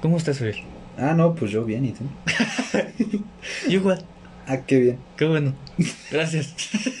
¿Cómo estás, Uriel? Ah, no, pues yo bien, ¿y tú? Igual, Ah, qué bien. qué bueno. Gracias.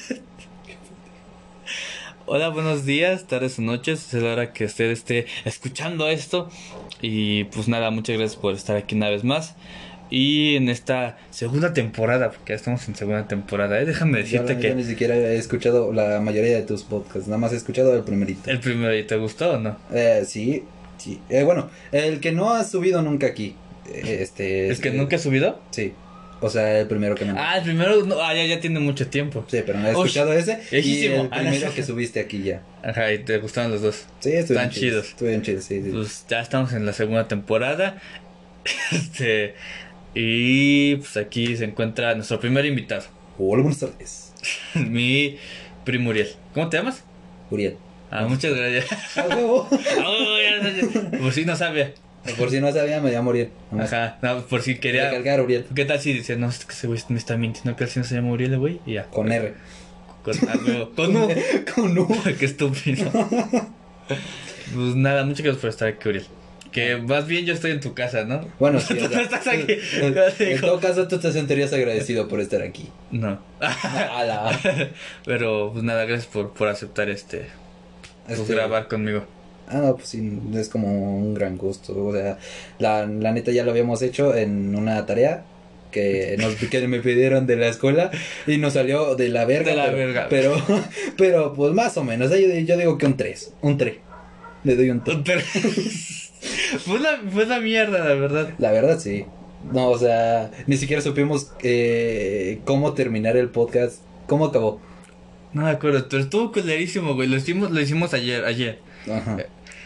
Hola, buenos días, tardes o noches. Es la hora que usted esté escuchando esto. Y pues nada, muchas gracias por estar aquí una vez más. Y en esta segunda temporada, porque ya estamos en segunda temporada, ¿eh? Déjame Yo la decirte neta que ni siquiera he escuchado la mayoría de tus podcasts, nada más he escuchado el primerito. el primero, ¿te gustó o no? Sí, sí. Bueno, el que no has subido nunca aquí. ¿Es que nunca he subido? Sí. O sea, el primero que mandé. Ah, el primero, no, ya tiene mucho tiempo. Sí, pero no he Ush, escuchado ese. Y viejísimo. el primero que subiste aquí ya. Ajá, y te gustaron los dos. Sí, Están estuvieron chidos. chidos. Estuvieron chidos, sí, sí. Pues ya estamos en la segunda temporada. Este, y pues aquí se encuentra nuestro primer invitado, Hola, buenas tardes. mi primo Uriel. ¿Cómo te llamas? Uriel. Ah, muchas gracias. ¡A huevo! Por si no sabía. Por si no sabía, me llamo Uriel. Nomás. Ajá, no, por si quería. Recalcar Uriel. ¿Qué tal si dice, no, es que ese güey me está mintiendo que él sí no se llama Uriel, güey? Y ya. Con R. Con U. Con U. Qué estúpido. Pues nada, muchas gracias por estar aquí, Uriel. Que más bien yo estoy en tu casa, ¿no? Bueno, sí, Tú o sea, estás aquí. en todo caso, tú te sentirías agradecido por estar aquí. No. Ala. Pero pues nada, gracias por aceptar pues, grabar conmigo. No, pues sí, es como un gran gusto. O sea, la neta ya lo habíamos hecho en una tarea que me pidieron de la escuela y nos salió de la verga. De la verga. Pero pues más o menos, yo digo que un 3. Un 3. Le doy un 3. Pero fue una mierda, la verdad. La verdad, sí. No, o sea, ni siquiera supimos cómo terminar el podcast. ¿Cómo acabó? No me acuerdo, pero estuvo culerísimo, güey. Lo hicimos ayer. Ajá.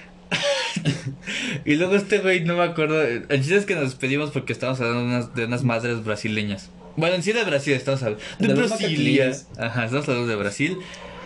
Y luego este güey, no me acuerdo. El chiste es que nos despedimos porque estábamos hablando de unas madres brasileñas. Bueno, en sí de Brasil estamos hablando. De los Brasilia. macaquillos. Ajá, estamos hablando de Brasil.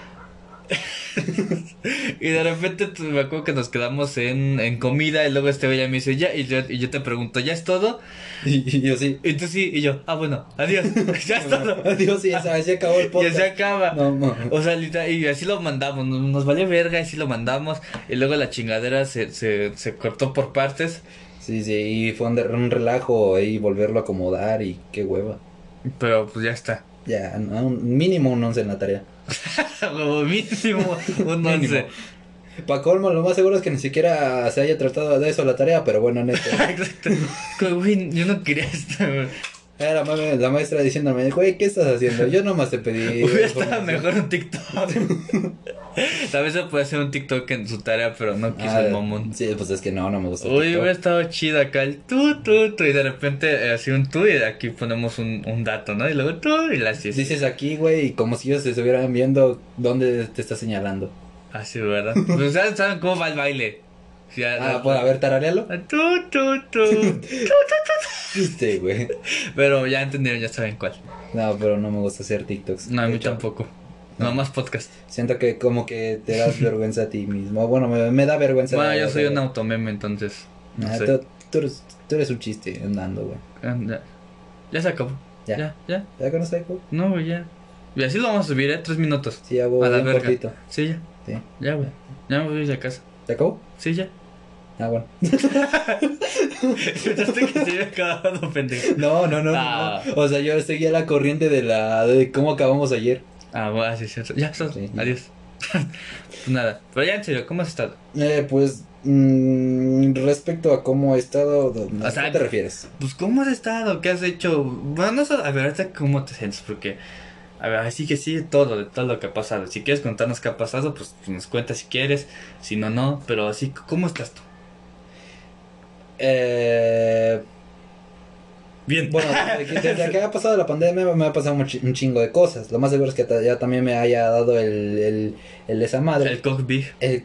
Y de repente me acuerdo que nos quedamos en comida. Y luego este güey ya me dice, ya. Y yo te pregunto, ¿ya es todo? Y yo sí. Y tú sí. Y yo, bueno, adiós. Ya es todo. Adiós, sí, así acabó el Y podcast. se acaba. No, no. O sea, literal, y así lo mandamos. Nos valió verga, así lo mandamos. Y luego la chingadera se cortó por partes. Sí, sí, y fue un relajo ahí volverlo a acomodar y qué hueva. Pero pues ya está. Ya, no, mínimo un 11 en la tarea. Como mínimo un 11. Mínimo. Pa' colmo, lo más seguro es que ni siquiera se haya tratado de eso la tarea, pero bueno, neta. Exacto. Como, güey, yo no quería esto, güey. Era la maestra diciéndome, güey, ¿qué estás haciendo? Yo nomás te pedí. Hubiera estado información. mejor un TikTok. Tal vez se puede hacer un TikTok en su tarea, pero no quiso el mamón. Sí, pues es que no me gusta. Uy, TikTok. hubiera estado chido acá el tú, y de repente así un tú, y aquí ponemos un dato, ¿no? Y luego tú, y las Dices aquí, güey, y como si ellos se estuvieran viendo dónde te está señalando. Así, ¿verdad? Pues saben cómo va el baile. Pues a ver, tararealo. Tú. Sí, güey. Pero ya entendieron, ya saben cuál. No, pero no me gusta hacer TikToks. No, a De mí hecho, tampoco. no. No más podcast. Siento que como que te das vergüenza a ti mismo. Bueno, me da vergüenza. Bueno, yo soy un automeme, entonces. No sé. Tú eres un chiste andando, güey. Ya se acabó. Ya. Ya. ¿Ya conoces, güey? No, güey, ya. Y así lo vamos a subir, 3 minutos. Sí, hago A la bien verga. cortito. Sí, ya. Sí. Ya, güey. Ya me voy a ir a casa. ¿Se acabó? Sí, ya. Ah, bueno. Pensaste que se había acabado, pendejo. No. Ah. O sea, yo seguía la corriente de cómo acabamos ayer. Bueno, sí, es cierto. Ya, está. Sí, ya. Adiós. Pues nada. Pero ya en serio, ¿cómo has estado? Pues, respecto a cómo he estado, ¿a O sea, qué te refieres? Pues, ¿cómo has estado? ¿Qué has hecho? Bueno, no sé, a ver, ahorita cómo te sientes, porque... A ver, así que sí, de todo lo que ha pasado. Si quieres contarnos qué ha pasado, pues nos cuentas si quieres. Si no, no. Pero así, ¿cómo estás tú? Bien. Bueno, desde que ha pasado la pandemia me ha pasado un chingo de cosas. Lo más seguro es que ya también me haya dado el esa madre. El cock big. El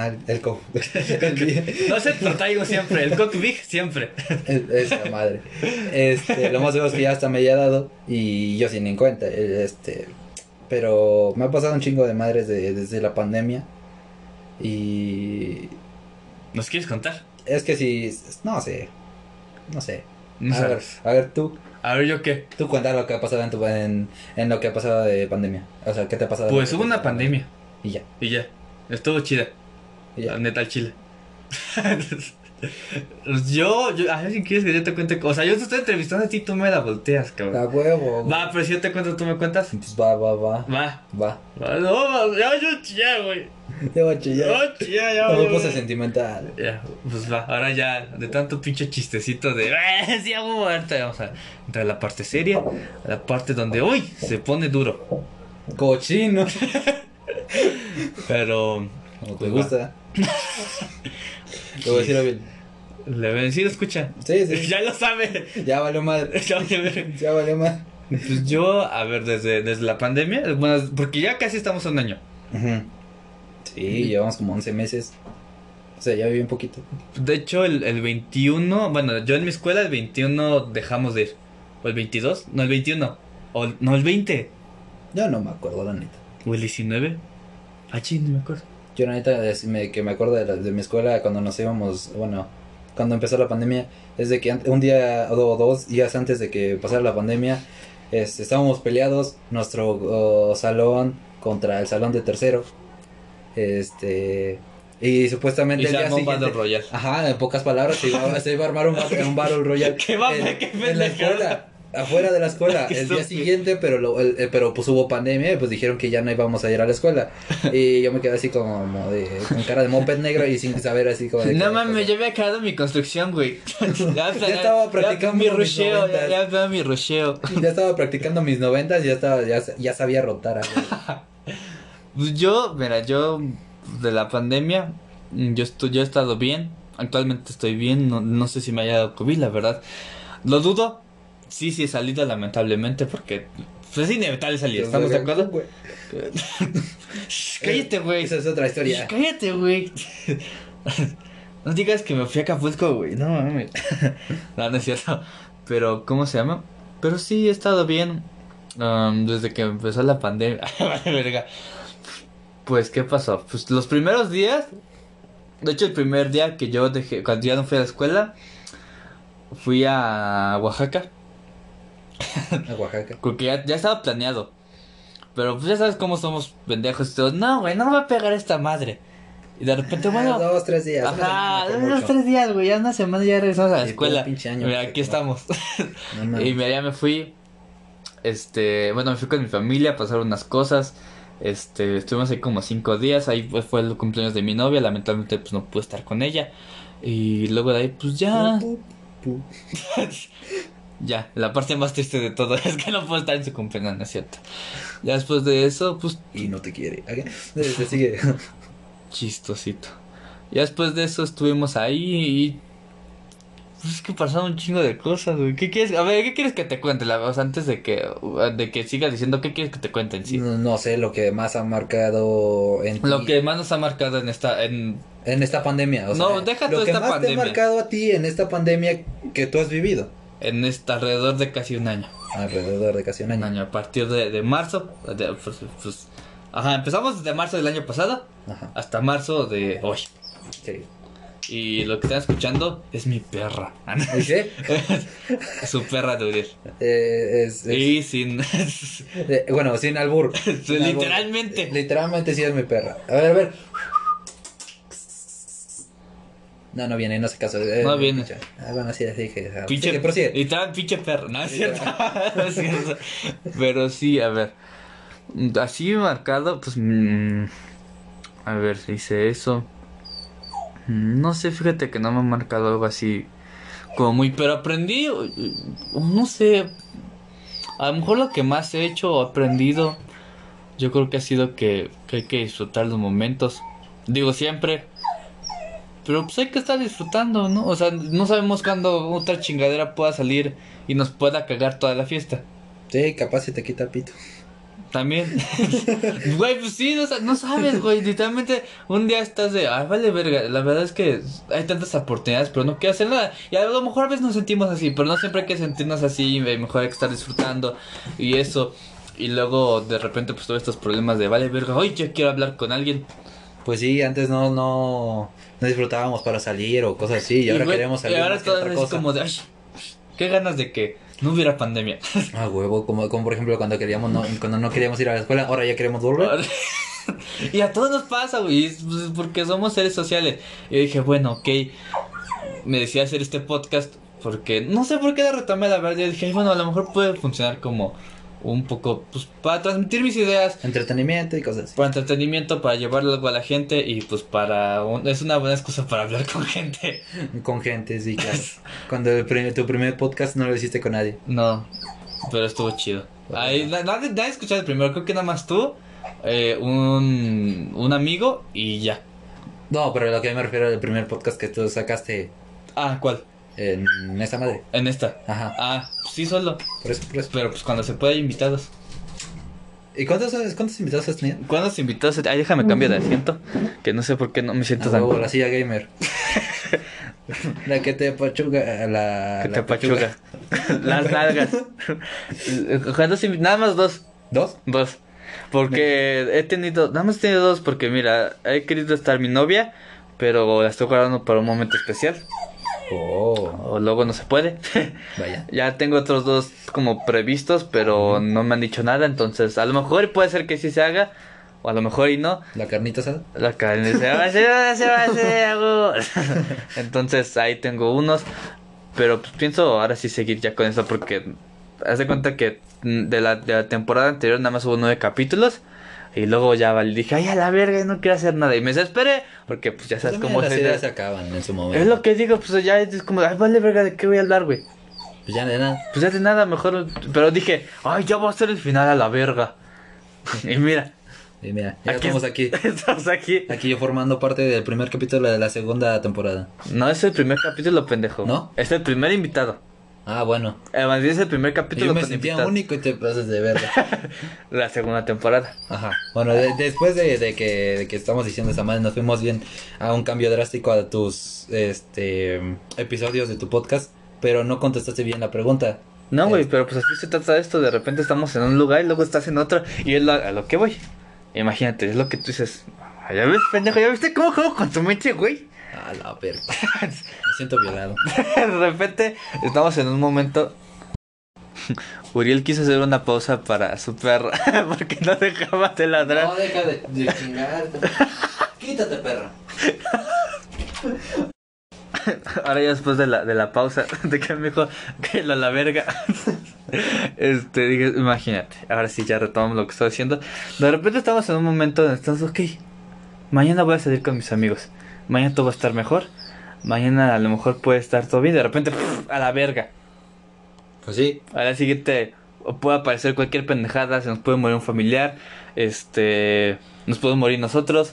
No sé, lo traigo siempre. El cock big siempre. esa madre. Lo más seguro es que ya hasta me haya dado y yo sin en cuenta. Pero me ha pasado un chingo de madres desde la pandemia y ¿Nos quieres contar? es que si no sé. No A ver, sabes. tú A ver, ¿yo qué? cuenta lo que ha pasado en lo que ha pasado de pandemia. O sea, ¿qué te ha pasado? Pues hubo una pandemia. Y ya. Y ya. Estuvo chida. Y ya. Neta, al chile. A ver si quieres que yo te cuente. O sea, yo te estoy entrevistando a ti, tú me la volteas, cabrón. A huevo, güey. Va, pero si yo te cuento, tú me cuentas. Pues va. Va. No, ya yo chillé, güey. Ya va a chillar. Yo chillé, ya, No me güey. puse sentimental. Ya, pues va. Ahora ya, de tanto pinche chistecito de. Sí, a huevo, ahorita vamos a entrar a la parte seria. A la parte donde hoy se pone duro. Cochino. Pero. Como te pues, gusta. Te voy a decir bien. Le voy a decir, escucha. Sí, sí. Ya lo sabe. Ya valió madre. Ya vale, ver. Ya valió madre. Pues yo, a ver, desde la pandemia, bueno, porque ya casi estamos a un año. Ujú. Sí, llevamos como 11 meses. O sea, ya viví un poquito. De hecho, el 21, bueno, yo en mi escuela el 21 dejamos de ir. ¿O el 22? No, el 21. No, el 20. Yo no me acuerdo, la neta. ¿O el 19? Ah, ching, no me acuerdo. Yo la neta, que me acuerdo de mi escuela cuando nos íbamos, bueno, cuando empezó la pandemia, es de que un día o 2 días antes de que pasara la pandemia, estábamos peleados, nuestro salón contra el salón de tercero, y supuestamente Y el se día armó un siguiente, Battle Royale. ajá, en pocas palabras, se iba a armar un Battle Royale ¿Qué qué en la escuela. Afuera de la escuela, Qué el día estúpido. siguiente, pero pues hubo pandemia y pues dijeron que ya no íbamos a ir a la escuela. Y yo me quedé así como con cara de moped negro y sin saber así como de No qué mames, yo había acabado mi construcción, güey. Ya estaba practicando mi mis rusheo, noventas. ya estaba mi rusheo. Ya estaba practicando mis 90s y ya sabía rotar. Pues yo de la pandemia, yo he estado bien. Actualmente estoy bien, no sé si me haya dado COVID, la verdad. Lo dudo. Sí, he salido lamentablemente porque pues, es inevitable salir, ¿estamos de acuerdo? Shh, cállate, güey. Esa es otra historia. Shh, cállate, güey. No digas que me fui a Acapulco, güey. No mames. No es cierto. Pero, ¿cómo se llama? Pero sí, he estado bien. Desde que empezó la pandemia. Vale, verga. Pues, ¿qué pasó? Pues los primeros días. De hecho, el primer día que yo dejé, cuando ya no fui a la escuela, fui a Oaxaca. A Oaxaca. Porque ya estaba planeado. Pero pues ya sabes cómo somos pendejos y todos. No, güey, no me va a pegar esta madre. Y de repente, bueno. 2-3 días. Ajá, una semana por 2, mucho. 3 días, güey. Ya una semana ya regresamos a la Y escuela. todo pinche año, Mira, pues, aquí no. estamos. No mames. Y mira, ya me fui. Bueno, me fui con mi familia a pasar unas cosas. Estuvimos ahí como 5 días. Ahí pues, fue el cumpleaños de mi novia. Lamentablemente, pues no pude estar con ella. Y luego de ahí, pues ya. Ya, la parte más triste de todo es que no puedo estar en su cumpleaños, ¿no es cierto? Ya después de eso, pues Y no te quiere. Se sigue. chistosito. Ya después de eso estuvimos ahí y pues es que pasaron un chingo de cosas, güey. ¿Qué quieres? A ver, ¿qué quieres que te cuente? O sea, antes de que siga diciendo, ¿qué quieres que te cuente en sí? No sé lo que más ha marcado en ti. Lo que más nos ha marcado en En esta pandemia, o sea, No, deja lo tú que esta más pandemia. te ha marcado a ti en esta pandemia que tú has vivido. alrededor de casi un año. Alrededor de casi un Un año. año, a partir de marzo, ajá, empezamos desde marzo del año pasado Ajá. hasta marzo de hoy. Sí. Y lo que están escuchando es mi perra. ¿Y qué? Su perra de Uriel. Es Y sin. bueno, sin albur. Sin albur. Literalmente. Literalmente sí es mi perra. A ver. No viene, no se caso. No viene. Bueno, sí, así que. Pinche. Sigue, prosigue. Literal, pinche perro. No es cierto. No es cierto. Pero sí, a ver. Así marcado, pues. A ver, hice eso. No sé, fíjate que no me ha marcado algo así. Como muy. Pero aprendí. No sé. A lo mejor lo que más he hecho o aprendido. Yo creo que ha sido que hay que disfrutar los momentos. Digo siempre. Pero pues hay que estar disfrutando, ¿no? O sea, no sabemos cuándo otra chingadera pueda salir y nos pueda cagar toda la fiesta. Sí, capaz se te quita el pito. También. Güey, pues sí, no sabes, güey. Literalmente un día estás de, ay, vale verga. La verdad es que hay tantas oportunidades, pero no quiero hacer nada. Y a lo mejor a veces nos sentimos así, pero no siempre hay que sentirnos así. Mejor hay que estar disfrutando y eso. Y luego de repente pues todos estos problemas de, vale verga, hoy yo quiero hablar con alguien. Pues sí, antes no disfrutábamos para salir o cosas así. Y ahora güey, queremos salir. Y ahora más que todo otra es cosa. como de, ay, qué ganas de que no hubiera pandemia. Ah, huevo, como por ejemplo cuando cuando no queríamos ir a la escuela, ahora ya queremos volver. Y a todos nos pasa, güey, porque somos seres sociales. Y yo dije, bueno, ok, me decía hacer este podcast porque no sé por qué la retomé, la verdad. Yo dije, bueno, a lo mejor puede funcionar como un poco, pues, para transmitir mis ideas, Entretenimiento y cosas así. para entretenimiento, para llevarle algo a la gente y pues es una buena excusa para hablar con gente. Con gente, sí, claro. Cuando tu primer podcast no lo hiciste con nadie. No, pero estuvo chido. Ahí, nadie escuchó el primero, creo que nada más tú, un amigo y ya. No, pero lo que me refiero al primer podcast que tú sacaste Ah, ¿cuál? en esta madre. En esta. Ajá. Ah, sí, solo. Por eso, por eso. Pero pues cuando se puede hay invitados. ¿Y cuántos invitados has tenido? ¿Cuántos invitados? Ay, déjame cambiar de asiento. Que no sé por qué no me siento tan. La silla gamer. La que te apachuga. Que te apachuga. Las nalgas. Nada más dos. ¿Dos? Dos. Porque he tenido. Nada más he tenido dos. Porque mira, he querido estar mi novia. Pero la estoy guardando para un momento especial. Oh, O luego no se puede. vaya. Ya tengo otros dos como previstos. Pero no me han dicho nada. Entonces, a lo mejor puede ser que sí se haga. O a lo mejor y no. ¿La carnita asada? La carne se va a hacer, hago. Entonces ahí tengo unos. Pero pues pienso ahora sí seguir ya con eso. Porque haz de cuenta que de la temporada anterior nada más hubo 9 capítulos. Y luego ya dije, ay, a la verga, no quiero hacer nada. Y me desesperé. Porque pues ya sabes cómo las es. ideas se acaban en su momento. Es lo que digo, pues ya es como, ay, vale verga, ¿de qué voy a hablar, güey? Pues ya de nada. Pues ya de nada, mejor. Pero dije, ay, ya voy a hacer el final a la verga. Y mira. Y mira, ya estamos aquí. Estamos aquí. Aquí yo formando parte del primer capítulo de la segunda temporada. No es el primer capítulo, pendejo. ¿No? Es el primer invitado. Ah, bueno. Además, es el primer capítulo Yo me con sentía invitado. único y te pasas de verga. La segunda temporada. Ajá. Bueno, después de que estamos diciendo esa madre, nos fuimos bien a un cambio drástico a tus episodios de tu podcast, pero no contestaste bien la pregunta. No, güey, pero pues así se trata esto. De repente estamos en un lugar y luego estás en otro. Y es a lo que voy. Imagínate, es lo que tú dices. ¿Ya ves, pendejo? ¿Ya viste cómo juego con tu mente, güey? A la verga. Me siento violado. De repente estamos en un momento. Uriel quiso hacer una pausa para su perra. Porque no dejaba de ladrar. No, deja de chingarte. Quítate, perra. Ahora ya después de la pausa, de que me dijo que la verga. Dije, imagínate, ahora sí ya retomamos lo que estaba diciendo. De repente estamos en un momento donde estamos, ok, mañana voy a salir con mis amigos. Mañana todo va a estar mejor. Mañana a lo mejor puede estar todo bien. De repente, a la verga. Pues sí. A la siguiente puede aparecer cualquier pendejada. Se nos puede morir un familiar. Nos podemos morir nosotros.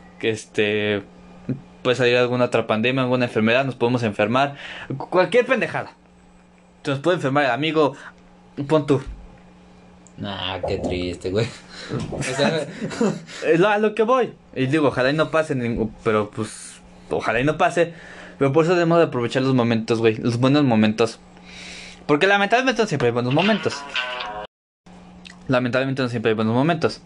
Puede salir alguna otra pandemia, alguna enfermedad. Nos podemos enfermar. Cualquier pendejada. Se nos puede enfermar el amigo. Pon tú. Nah, qué triste, güey. O sea, Es a lo que voy. Y digo, ojalá y no pase. Pero pues, ojalá y no pase. Pero por eso debemos de aprovechar los momentos, güey. Los buenos momentos. Porque lamentablemente no siempre hay buenos momentos. Lamentablemente no siempre hay buenos momentos.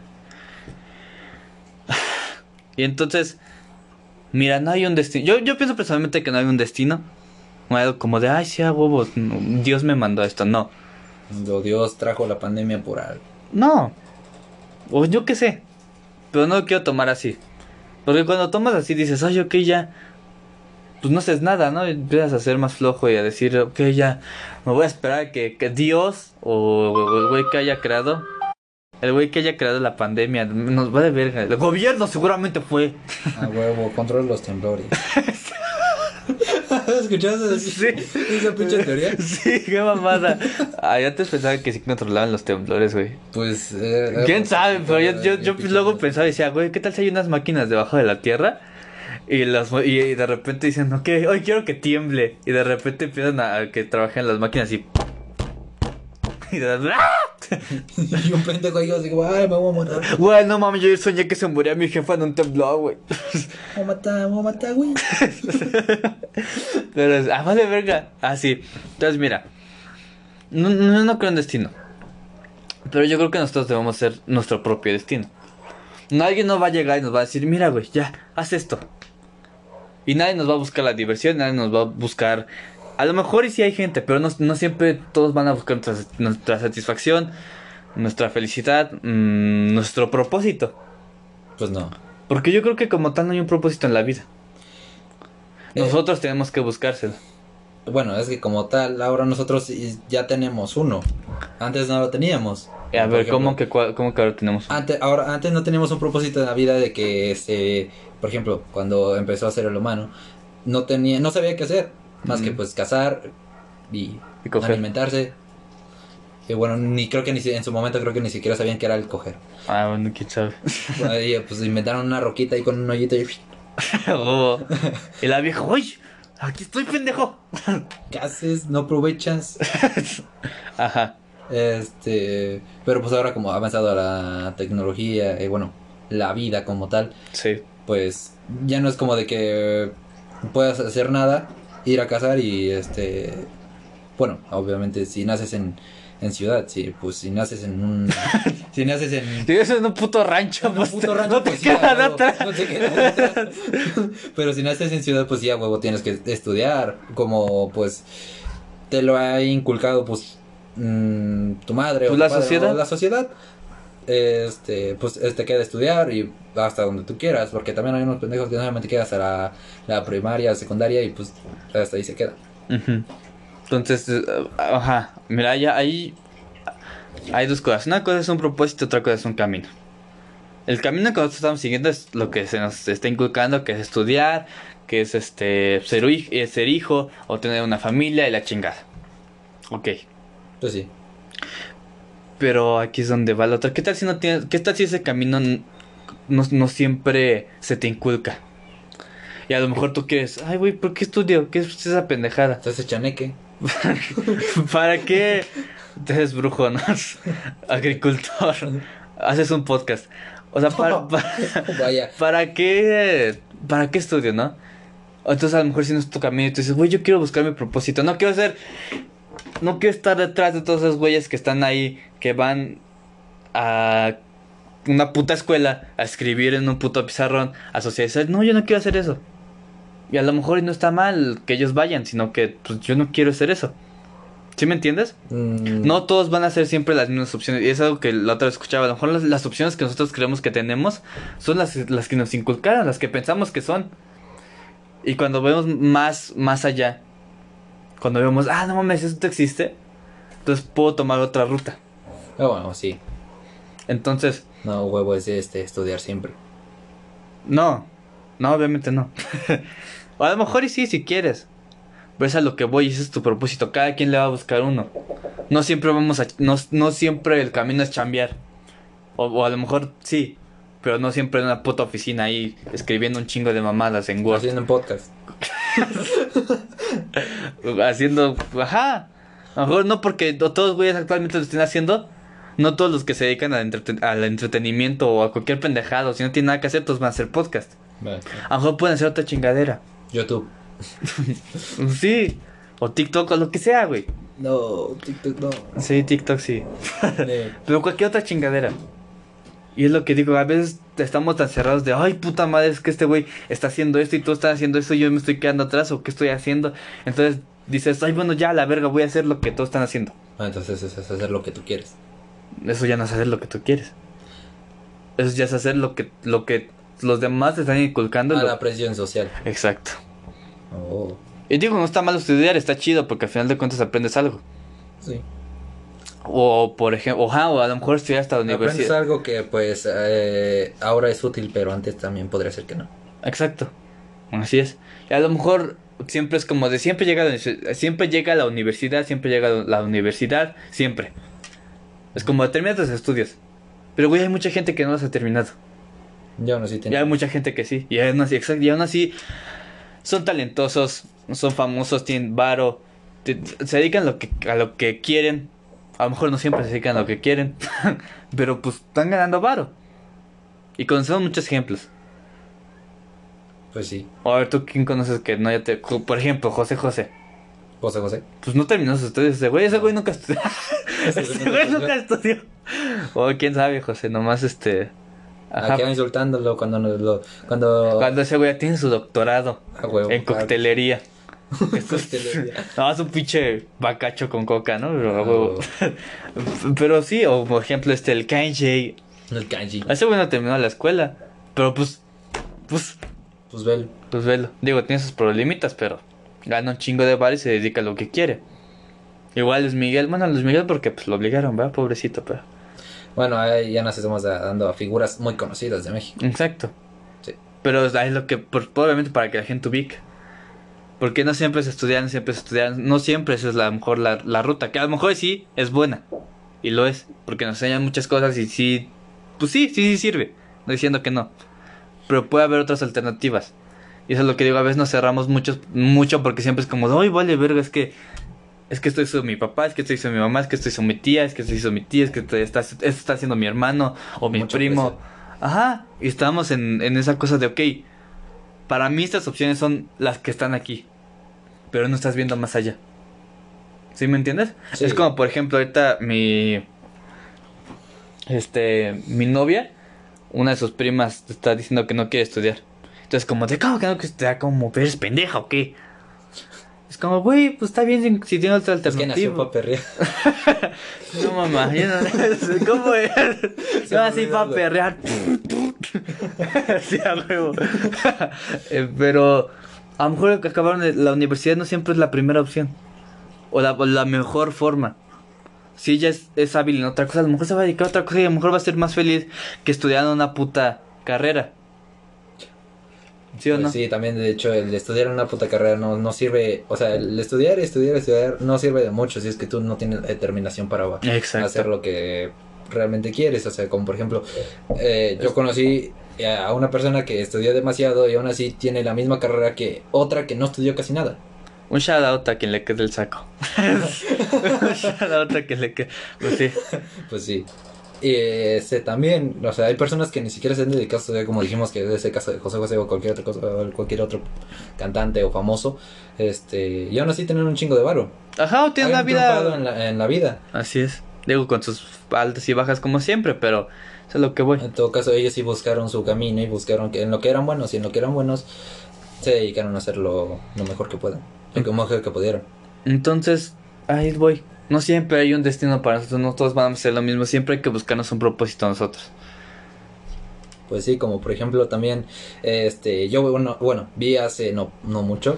Y entonces, mira, no hay un destino. Yo pienso personalmente que no hay un destino. No hay algo como de, ay, sí, a huevos. Dios me mandó esto. No. Dios trajo la pandemia por algo. No. O yo qué sé. Pero no lo quiero tomar así. Porque cuando tomas así dices, ay, ok, ya. Pues no haces nada, ¿no? Empiezas a ser más flojo y a decir, ok, ya. Me voy a esperar a que Dios o el güey que haya creado. El güey que haya creado la pandemia nos va de verga. El gobierno seguramente fue. A huevo, controla los temblores. ¿Escuchaste esa pinche teoría? Sí, qué mamada. Ya antes pensaba que sí controlaban los temblores, güey. Pues... ¿Quién sabe? Pero yo luego pensaba y decía, güey, ¿qué tal si hay unas máquinas debajo de la tierra? Y de repente dicen, ok, hoy quiero que tiemble. Y de repente empiezan a que trabajen las máquinas y... Y de y un pendejo ahí, yo digo, ay, me voy a matar. Güey, no mames, yo soñé que se moría mi jefa en un temblor, güey. Me voy a matar, güey. Pero, vale verga. Sí. Entonces, mira. No creo en destino. Pero yo creo que nosotros debemos ser nuestro propio destino. Nadie nos va a llegar y nos va a decir, mira, güey, ya, haz esto. Y nadie nos va a buscar la diversión, nadie nos va a buscar... A lo mejor y sí hay gente, pero no siempre todos van a buscar nuestra satisfacción, nuestra felicidad, nuestro propósito. Pues no. Porque yo creo que como tal no hay un propósito en la vida. Nosotros tenemos que buscárselo. Bueno, es que como tal, ahora nosotros ya tenemos uno. Antes no lo teníamos. A Por ver, ejemplo, ¿cómo que ahora tenemos? Antes no teníamos un propósito en la vida de que, por ejemplo, cuando empezó a ser el humano, no sabía qué hacer. Más que pues cazar y Y coger. alimentarse. Y bueno, en su momento creo que ni siquiera sabían qué era el coger. Ah, bueno, quién sabe. Ahí, pues inventaron una roquita ahí con un hoyito y Oh. Y la vieja, ¡uy! Aquí estoy, pendejo. ¿qué haces? ¿No aprovechas? Ajá. Pero pues ahora como ha avanzado la tecnología, bueno, la vida como tal, Sí. pues ya no es como de que puedas hacer nada, ir a cazar y bueno, obviamente si naces en ciudad, sí, pues si naces en un si naces en Si eso es un puto rancho, un pues puto rancho, no te pues, ya, queda huevo, otra. no te queda otra. Pero si naces en ciudad, pues ya, huevo, tienes que estudiar, como pues te lo ha inculcado pues tu madre Pues o la tu padre, sociedad. o la sociedad. Pues te queda estudiar y hasta donde tú quieras, porque también hay unos pendejos que solamente quedan hasta la primaria, secundaria y pues hasta ahí se queda. Ujú. Entonces, ajá. Mira, ya hay dos cosas. Una cosa es un propósito, otra cosa es un camino. El camino que nosotros estamos siguiendo es lo que se nos está inculcando, que es estudiar, que es ser hijo o tener una familia y la chingada. Ok. Pues sí. Pero aquí es donde va la otra. ¿Qué tal si no tienes, qué tal si ese camino no siempre se te inculca? Y a lo mejor tú quieres, ay, güey, ¿por qué estudio? ¿Qué es esa pendejada? Entonces chaneque. ¿Para qué? Te eres brujo, ¿no? Agricultor. Haces un podcast. O sea, Vaya. ¿para qué? ¿Para qué estudio, no? Entonces a lo mejor si no es tu camino y tú dices, güey, yo quiero buscar mi propósito. No quiero estar detrás de todos esos güeyes que están ahí, que van a una puta escuela a escribir en un puto pizarrón, a socializar. No, yo no quiero hacer eso. Y a lo mejor no está mal que ellos vayan, sino que pues, yo no quiero hacer eso. ¿Sí me entiendes? No todos van a ser siempre las mismas opciones. Y es algo que la otra vez escuchaba. A lo mejor las opciones que nosotros creemos que tenemos son las que nos inculcaron, las que pensamos que son. Y cuando vemos más allá, cuando vemos, no mames, esto existe, entonces puedo tomar otra ruta. Bueno, sí. Entonces, No, huevo, es estudiar siempre. no, obviamente no. O a lo mejor y sí, si quieres. Pero es a lo que voy, ese es tu propósito. Cada quien le va a buscar uno. No siempre no siempre el camino es chambear. O a lo mejor sí, pero no siempre en una puta oficina ahí escribiendo un chingo de mamadas en Word. Haciendo un podcast. Haciendo, ajá. A lo mejor no porque todos güeyes actualmente lo estén haciendo. No todos los que se dedican al entretenimiento o a cualquier pendejado, si no tienen nada que hacer, todos van a hacer podcast. Vale. A lo mejor pueden hacer otra chingadera. YouTube. Sí. O TikTok o lo que sea, güey. No, TikTok no. Sí, TikTok sí. Pero cualquier otra chingadera. Y es lo que digo, a veces estamos tan cerrados de, ay, puta madre, es que este güey está haciendo esto y tú estás haciendo esto y yo me estoy quedando atrás o qué estoy haciendo. Entonces dices, ay, bueno, ya, a la verga, voy a hacer lo que todos están haciendo. Entonces eso es hacer lo que tú quieres. Eso ya no es hacer lo que tú quieres. Eso ya es hacer lo que los demás te están inculcando. La presión social. Exacto. Oh, Y digo, no está mal estudiar, está chido porque al final de cuentas aprendes algo. sí. O por ejemplo, o a lo mejor estudiar hasta la Aprendes universidad. algo que pues ahora es útil, pero antes también podría ser que no. Exacto. Así es. Y a lo mejor siempre es como de siempre llega a la universidad, siempre. Es como termina tus estudios. Pero güey, hay mucha gente que no los ha terminado. Yo no sé si Y hay mucha gente que sí. Y aún así, exacto, y aún así son talentosos, son famosos, tienen varo, se dedican a lo que quieren. A lo mejor no siempre se dedican a lo que quieren, pero pues están ganando varo. Y conocemos muchos ejemplos. Pues sí. O a ver, ¿tú quién conoces que no ya te... Por ejemplo, José. José. Pues no terminó sus estudios ese güey nunca estudió. Ese güey nunca estudió. O quién sabe, José, nomás Ajá. Aquí insultándolo cuando Cuando ese güey ya tiene su doctorado a huevo, en claro. coctelería. Coctelería. No, es un pinche bacacho con coca, ¿no? Pero, A huevo. pero sí, o por ejemplo, el Kanye. El kanji. Ese güey no terminó la escuela. Pero pues Pues velo. Pues velo. Digo, tiene sus problemitas, pero gana un chingo de bar y se dedica a lo que quiere. Igual Luis Miguel, bueno, Luis Miguel porque pues lo obligaron, ¿verdad? Pobrecito, pero... Bueno, ahí ya nos estamos dando a figuras muy conocidas de México. Exacto. Sí. Pero es lo que, obviamente para que la gente ubique. Porque no siempre es estudiar, no siempre es estudiar, no siempre esa es la mejor la ruta. Que a lo mejor sí es buena. Y lo es, porque nos enseñan muchas cosas y sí, pues sí sirve. No diciendo que no. Pero puede haber otras alternativas. Y eso es lo que digo, a veces nos cerramos mucho porque siempre es como, ¡ay, vale, verga! Es que esto hizo mi papá, es que esto hizo mi mamá, es que esto hizo mi tía, es que esto hizo mi tía, es que esto está haciendo mi hermano o mi Mucha primo. presión. Ajá, y estamos en esa cosa de, ok, para mí estas opciones son las que están aquí, pero no estás viendo más allá. ¿Sí me entiendes? Sí. Es como, por ejemplo, ahorita mi novia, una de sus primas está diciendo que no quiere estudiar. Entonces, como, ¿de cómo que no quieres estudiar? Como, ¿eres pendeja o qué? Es como, güey, pues está bien si tiene otra Es que nació alternativa. pa' perrear. No, mamá, yo no... ¿Cómo es? Se No, me así olvidó, para güey. perrear. Sí, a huevo. Pero a lo mejor que acabaron la universidad no siempre es la primera opción. O la mejor forma. Si ella es hábil en otra cosa, a lo mejor se va a dedicar a otra cosa y a lo mejor va a ser más feliz que estudiando una puta carrera. ¿Sí o Pues no? sí, también de hecho el estudiar una puta carrera no sirve, o sea, el estudiar no sirve de mucho si es que tú no tienes determinación para Exacto. hacer lo que realmente quieres, o sea, como por ejemplo, yo conocí a una persona que estudió demasiado y aún así tiene la misma carrera que otra que no estudió casi nada. Un shout out a quien le quede el saco. Un shout out a quien le quede. Pues sí. Pues sí. Y también, o sea, hay personas que ni siquiera se han dedicado a estudiar, como dijimos que es ese caso de José José o cualquier otra cosa, o cualquier otro cantante o famoso, y aún así tienen un chingo de varo. Ajá, o tiene una Han triunfado vida. en la vida. Así es. Digo, con sus altas y bajas como siempre, pero eso es lo que voy. En todo caso, ellos sí buscaron su camino y buscaron que en lo que eran buenos y en lo que eran buenos se dedicaron a hacer lo mejor que puedan, lo mejor que pudieron. Entonces, ahí voy. No siempre hay un destino para nosotros, no todos van a hacer lo mismo, siempre hay que buscarnos un propósito nosotros. Pues sí, como por ejemplo también, yo bueno, vi hace no mucho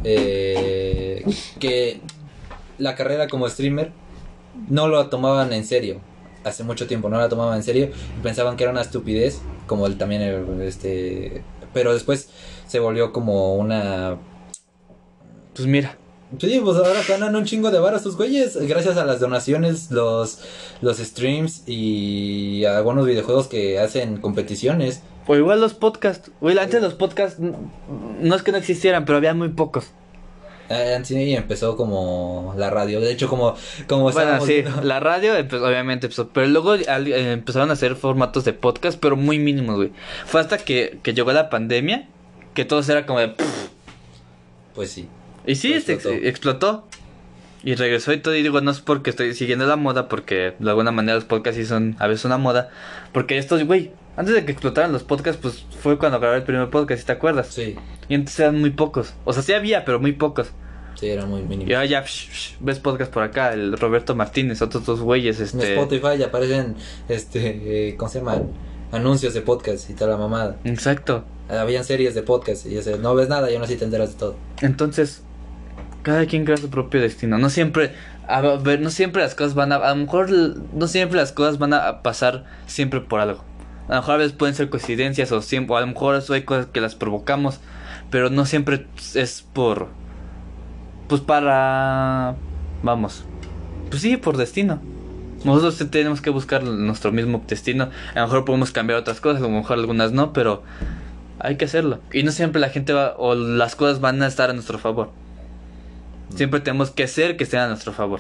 que la carrera como streamer no lo tomaban en serio. Hace mucho tiempo no la tomaban en serio y pensaban que era una estupidez, como él también, pero después se volvió como una... Pues mira, Sí, pues ahora ganan un chingo de varos estos güeyes, gracias a las donaciones, los streams y a algunos videojuegos que hacen competiciones. o igual los podcasts. Güey, antes los podcasts no es que no existieran, pero había muy pocos. Sí, empezó como la radio, de hecho como Bueno, estábamos sí, viendo- la radio obviamente empezó, pero luego empezaron a hacer formatos de podcast, pero muy mínimos, güey. Fue hasta que llegó la pandemia que todo era como de... pff. Pues sí. Y sí, Pues explotó. Y regresó y todo, y digo, no es porque estoy siguiendo la moda, porque de alguna manera los podcasts sí son a veces una moda. Porque estos, güey, antes de que explotaran los podcasts, pues fue cuando grabé el primer podcast, ¿sí te acuerdas? Sí, Y entonces eran muy pocos. O sea, sí había, pero muy pocos. sí, era muy mínimo. Y ahora ya, ves podcast por acá, el Roberto Martínez, otros dos güeyes, En Spotify ya aparecen, ¿cómo se llama? Anuncios de podcast y toda la mamada. Exacto. Habían series de podcast y no ves nada y aún así te enteras de todo. Entonces, cada quien crea su propio destino. No siempre, a ver, no siempre las cosas van a lo mejor no siempre las cosas van a pasar siempre por algo. A lo mejor a veces pueden ser coincidencias o siempre, o a lo mejor eso hay cosas que las provocamos, pero no siempre es pues vamos, pues sí, por destino. Nosotros sí tenemos que buscar nuestro mismo destino. A lo mejor podemos cambiar otras cosas, a lo mejor algunas no, pero hay que hacerlo. Y no siempre la gente va o las cosas van a estar a nuestro favor. Siempre tenemos que hacer que estén a nuestro favor.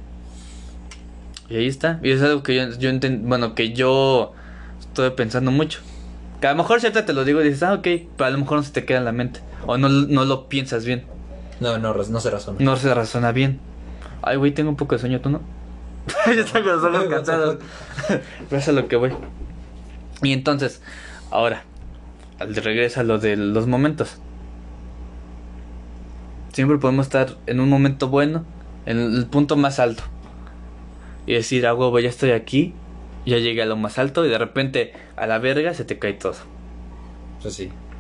Y ahí está. Y es algo que bueno, que yo estoy pensando mucho. Que a lo mejor cierto te lo digo y dices, ok, pero a lo mejor no se te queda en la mente. O no lo piensas bien. No se razona. No se razona bien. Ay, güey, tengo un poco de sueño, ¿tú no? Yo tengo los ojos cansados. Pero eso es a lo que voy. Y entonces, ahora, al regreso a lo de los momentos. Siempre podemos estar en un momento bueno, en el punto más alto. Y decir, ah, huevo, ya estoy aquí, ya llegué a lo más alto y de repente a la verga se te cae todo. Pues sí.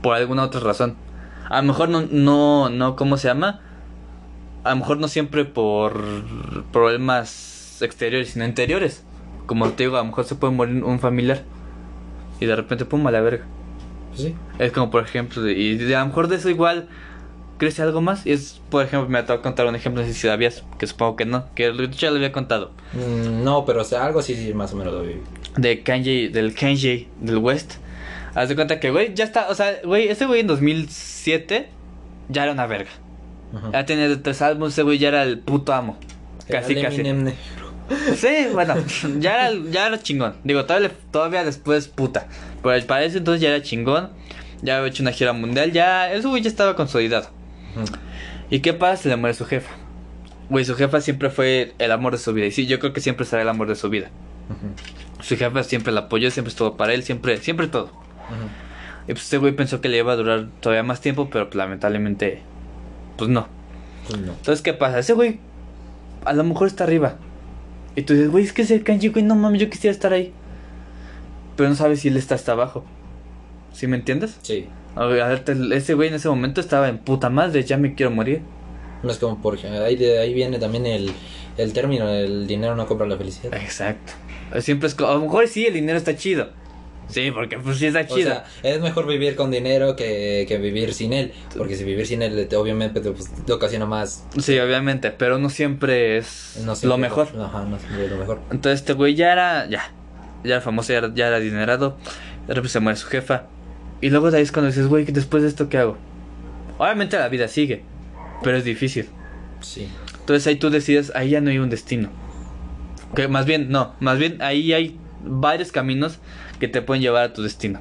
por alguna otra razón. A lo mejor no, ¿cómo se llama? A lo mejor no siempre por problemas exteriores, sino interiores. Como te digo, a lo mejor se puede morir un familiar y de repente, pum, a la verga. Pues sí. Es como, por ejemplo, y a lo mejor de eso igual crece algo más. Y es, por ejemplo, me atrevo a contar un ejemplo, no sé si sabías, que supongo que no, que ya lo había contado. No, pero o sea, algo sí, más o menos lo viví. Del Kanye del West. Haz de cuenta que, güey, ya está, o sea, güey, ese güey en 2007 ya era una verga. Ajá. Ya tenía 3 álbumes, ese güey ya era el puto amo. Casi, Era el casi. Eminem Sí, bueno, ya era chingón. Digo, todavía después puta. Pero para ese entonces ya era chingón. Ya había hecho una gira mundial. Ya, ese güey ya estaba consolidado. Ujú. ¿Y qué pasa? Se le muere su jefa. Güey, su jefa siempre fue el amor de su vida. Y sí, yo creo que siempre será el amor de su vida. Ujú. Su jefa siempre la apoyó, siempre estuvo para él, siempre todo. Ujú. Y pues este güey pensó que le iba a durar todavía más tiempo, pero pues, lamentablemente, pues no. Pues no. Entonces, ¿qué pasa? Ese güey a lo mejor está arriba. Y tú dices, güey, es que es el Kanye, güey, no mames, yo quisiera estar ahí. Pero no sabes si él está hasta abajo. ¿Sí me entiendes? Sí. A ver, ese güey en ese momento estaba en puta madre, ya me quiero morir. No es como por ahí, de ahí viene también el término, el dinero no compra la felicidad. Exacto. Siempre es, a lo mejor sí, el dinero está chido. Sí, porque pues sí está O chido. sea, es mejor vivir con dinero que vivir sin él. Porque si vivir sin él, obviamente te ocasiona más. Sí, obviamente, pero no siempre es No siempre lo mejor. Ajá, no siempre es lo mejor. Entonces este güey ya era famoso, ya era adinerado. De repente se muere su jefa. Y luego de ahí es cuando dices, güey, después de esto, ¿qué hago? Obviamente la vida sigue, pero es difícil. Sí. Entonces ahí tú decides, ahí ya no hay un destino. Que más bien ahí hay varios caminos que te pueden llevar a tu destino.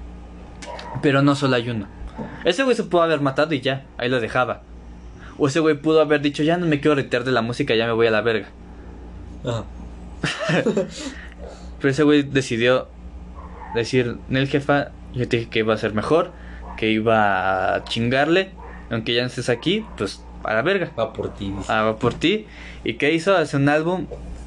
Pero no solo hay uno. Ese güey se pudo haber matado y ya, ahí lo dejaba. O ese güey pudo haber dicho, ya no me quiero retirar de la música, ya me voy a la verga. Ajá. Pero ese güey decidió decir, Nel jefa, yo te dije que iba a ser mejor, que iba a chingarle, aunque ya no estés aquí, pues a la verga. Va por ti. Dice. Va por ti. ¿Y qué hizo? Hace un álbum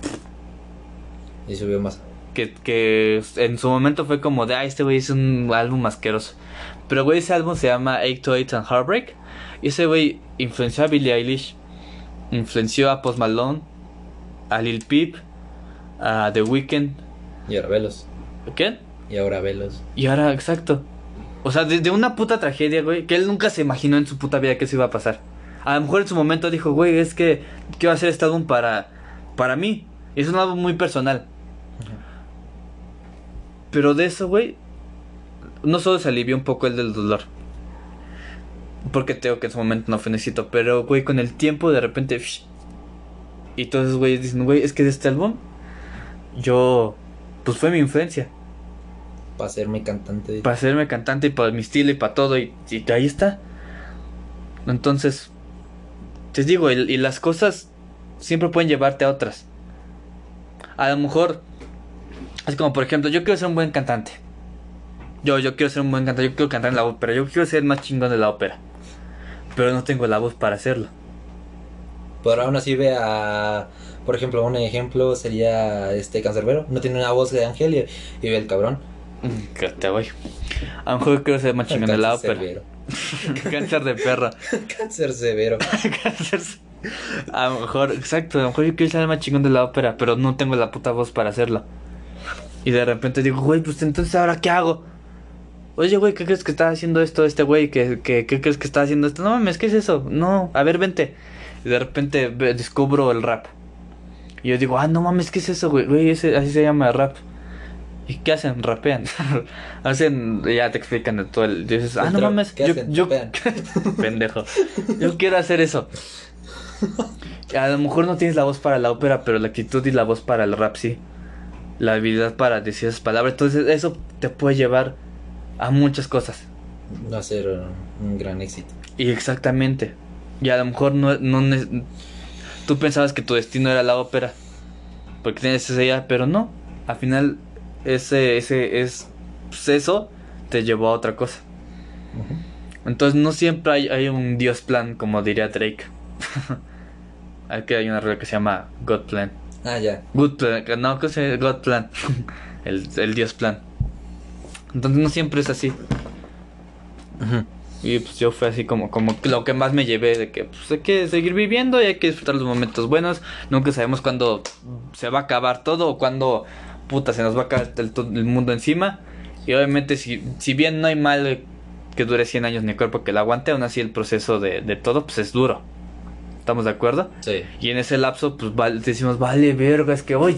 Y subió más. que en su momento fue como de, este güey hizo un álbum asqueroso. Pero güey, ese álbum se llama 808 and Heartbreak. Y ese güey influenció a Billie Eilish, influenció a Post Malone, a Lil Peep, a The Weeknd. Y ahora velos. ¿Qué? Y ahora velos. Y ahora, exacto. O sea, de una puta tragedia, güey, que él nunca se imaginó en su puta vida que eso iba a pasar. A lo mejor en su momento dijo, güey, es que quiero hacer este álbum para mí. Es un álbum muy personal. Pero de eso, güey, no solo se alivió un poco el del dolor. Porque tengo que en su momento no fue necesito. Pero, güey, con el tiempo de repente... Y todos esos güeyes dicen, güey, es que de este álbum yo... Pues fue mi influencia. Para hacerme cantante. Para hacerme cantante y para mi estilo y para todo. Y ahí está. Entonces, te digo, y las cosas siempre pueden llevarte a otras. A lo mejor... Es como, por ejemplo, yo quiero ser un buen cantante. Yo quiero ser un buen cantante, yo quiero cantar en la ópera, yo quiero ser el más chingón de la ópera. Pero no tengo la voz para hacerlo. Pero aún así ve a... Por ejemplo, un ejemplo sería Cancerbero. No tiene una voz de ángel y ve el cabrón. Que te voy. A lo mejor quiero ser el más chingón de la ópera. Severo. Cáncer de perra. Cáncer severo. A lo mejor, exacto, a lo mejor yo quiero ser el más chingón de la ópera, pero no tengo la puta voz para hacerlo. Y de repente digo, güey, pues entonces ahora ¿qué hago? Oye, güey, ¿qué crees que está haciendo esto este güey? ¿Qué crees que está haciendo esto? No mames, ¿qué es eso? No, a ver, vente. Y de repente descubro el rap. Y yo digo, no mames, ¿qué es eso, güey? Güey, así se llama rap. ¿Y qué hacen? Rapean. Ya te explican de todo el... Dices, no mames, ¿qué hacen? yo pendejo. Yo quiero hacer eso. A lo mejor no tienes la voz para la ópera, pero la actitud y la voz para el rap sí. La habilidad para decir esas palabras. Entonces eso te puede llevar a muchas cosas. Va a ser un gran éxito. Y exactamente. Y a lo mejor tú pensabas que tu destino era la ópera, porque tienes esa idea, pero no. Al final pues eso te llevó a otra cosa. Entonces no siempre hay un Dios plan, como diría Drake. Aquí hay una regla que se llama God Plan. Ya. Good Plan, no, que se God Plan. el Dios plan. Entonces no siempre es así. Ujú. Y pues yo fue así como lo que más me llevé de que pues hay que seguir viviendo y hay que disfrutar los momentos buenos. Nunca sabemos cuándo se va a acabar todo o cuándo puta se nos va a caer el mundo encima. Y obviamente si bien no hay mal que dure 100 años ni cuerpo que lo aguante, aún así el proceso de todo pues es duro. ¿Estamos de acuerdo? Sí. Y en ese lapso pues decimos, vale verga, es que hoy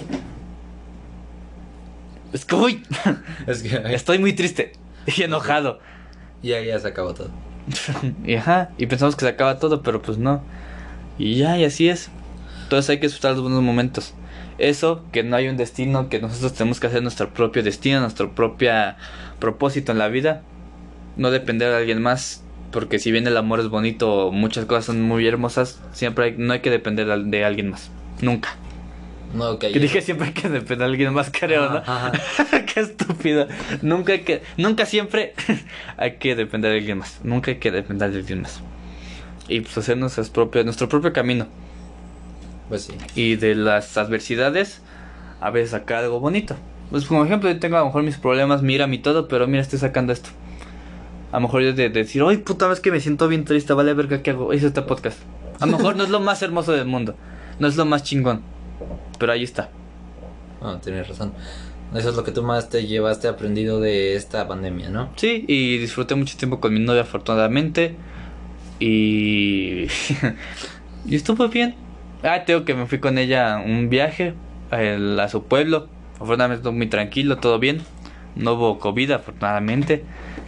Es que estoy muy triste y enojado. ya se acabó todo. Y ajá, y pensamos que se acaba todo, pero pues no. Y ya, y así es. Entonces hay que disfrutar los buenos momentos. Eso, que no hay un destino, que nosotros tenemos que hacer nuestro propio destino, nuestro propio propósito en la vida. No depender de alguien más, porque si bien el amor es bonito, muchas cosas son muy hermosas, no hay que depender de alguien más. Nunca. No, Que dije siempre hay que depender de alguien más, creo, ¿no? Ajá. Qué estúpido. Nunca siempre hay que depender de alguien más. Nunca hay que depender de alguien más. Y pues hacer nuestro propio camino. Pues sí. Y de las adversidades, a veces sacar algo bonito. Pues como ejemplo, yo tengo a lo mejor mis problemas, mira mi todo, pero mira, estoy sacando esto. A lo mejor yo de decir, ay puta vez que me siento bien triste, vale verga, ¿qué hago? Hice este podcast. A lo mejor no es lo más hermoso del mundo, no es lo más chingón, pero ahí está. No, tienes razón. Eso es lo que tú más te llevaste aprendido de esta pandemia, ¿no? Sí, y disfruté mucho tiempo con mi novia afortunadamente. Y... y estuvo bien. Tengo que me fui con ella a un viaje a su pueblo. Afortunadamente estuvo muy tranquilo, todo bien. No hubo COVID, afortunadamente.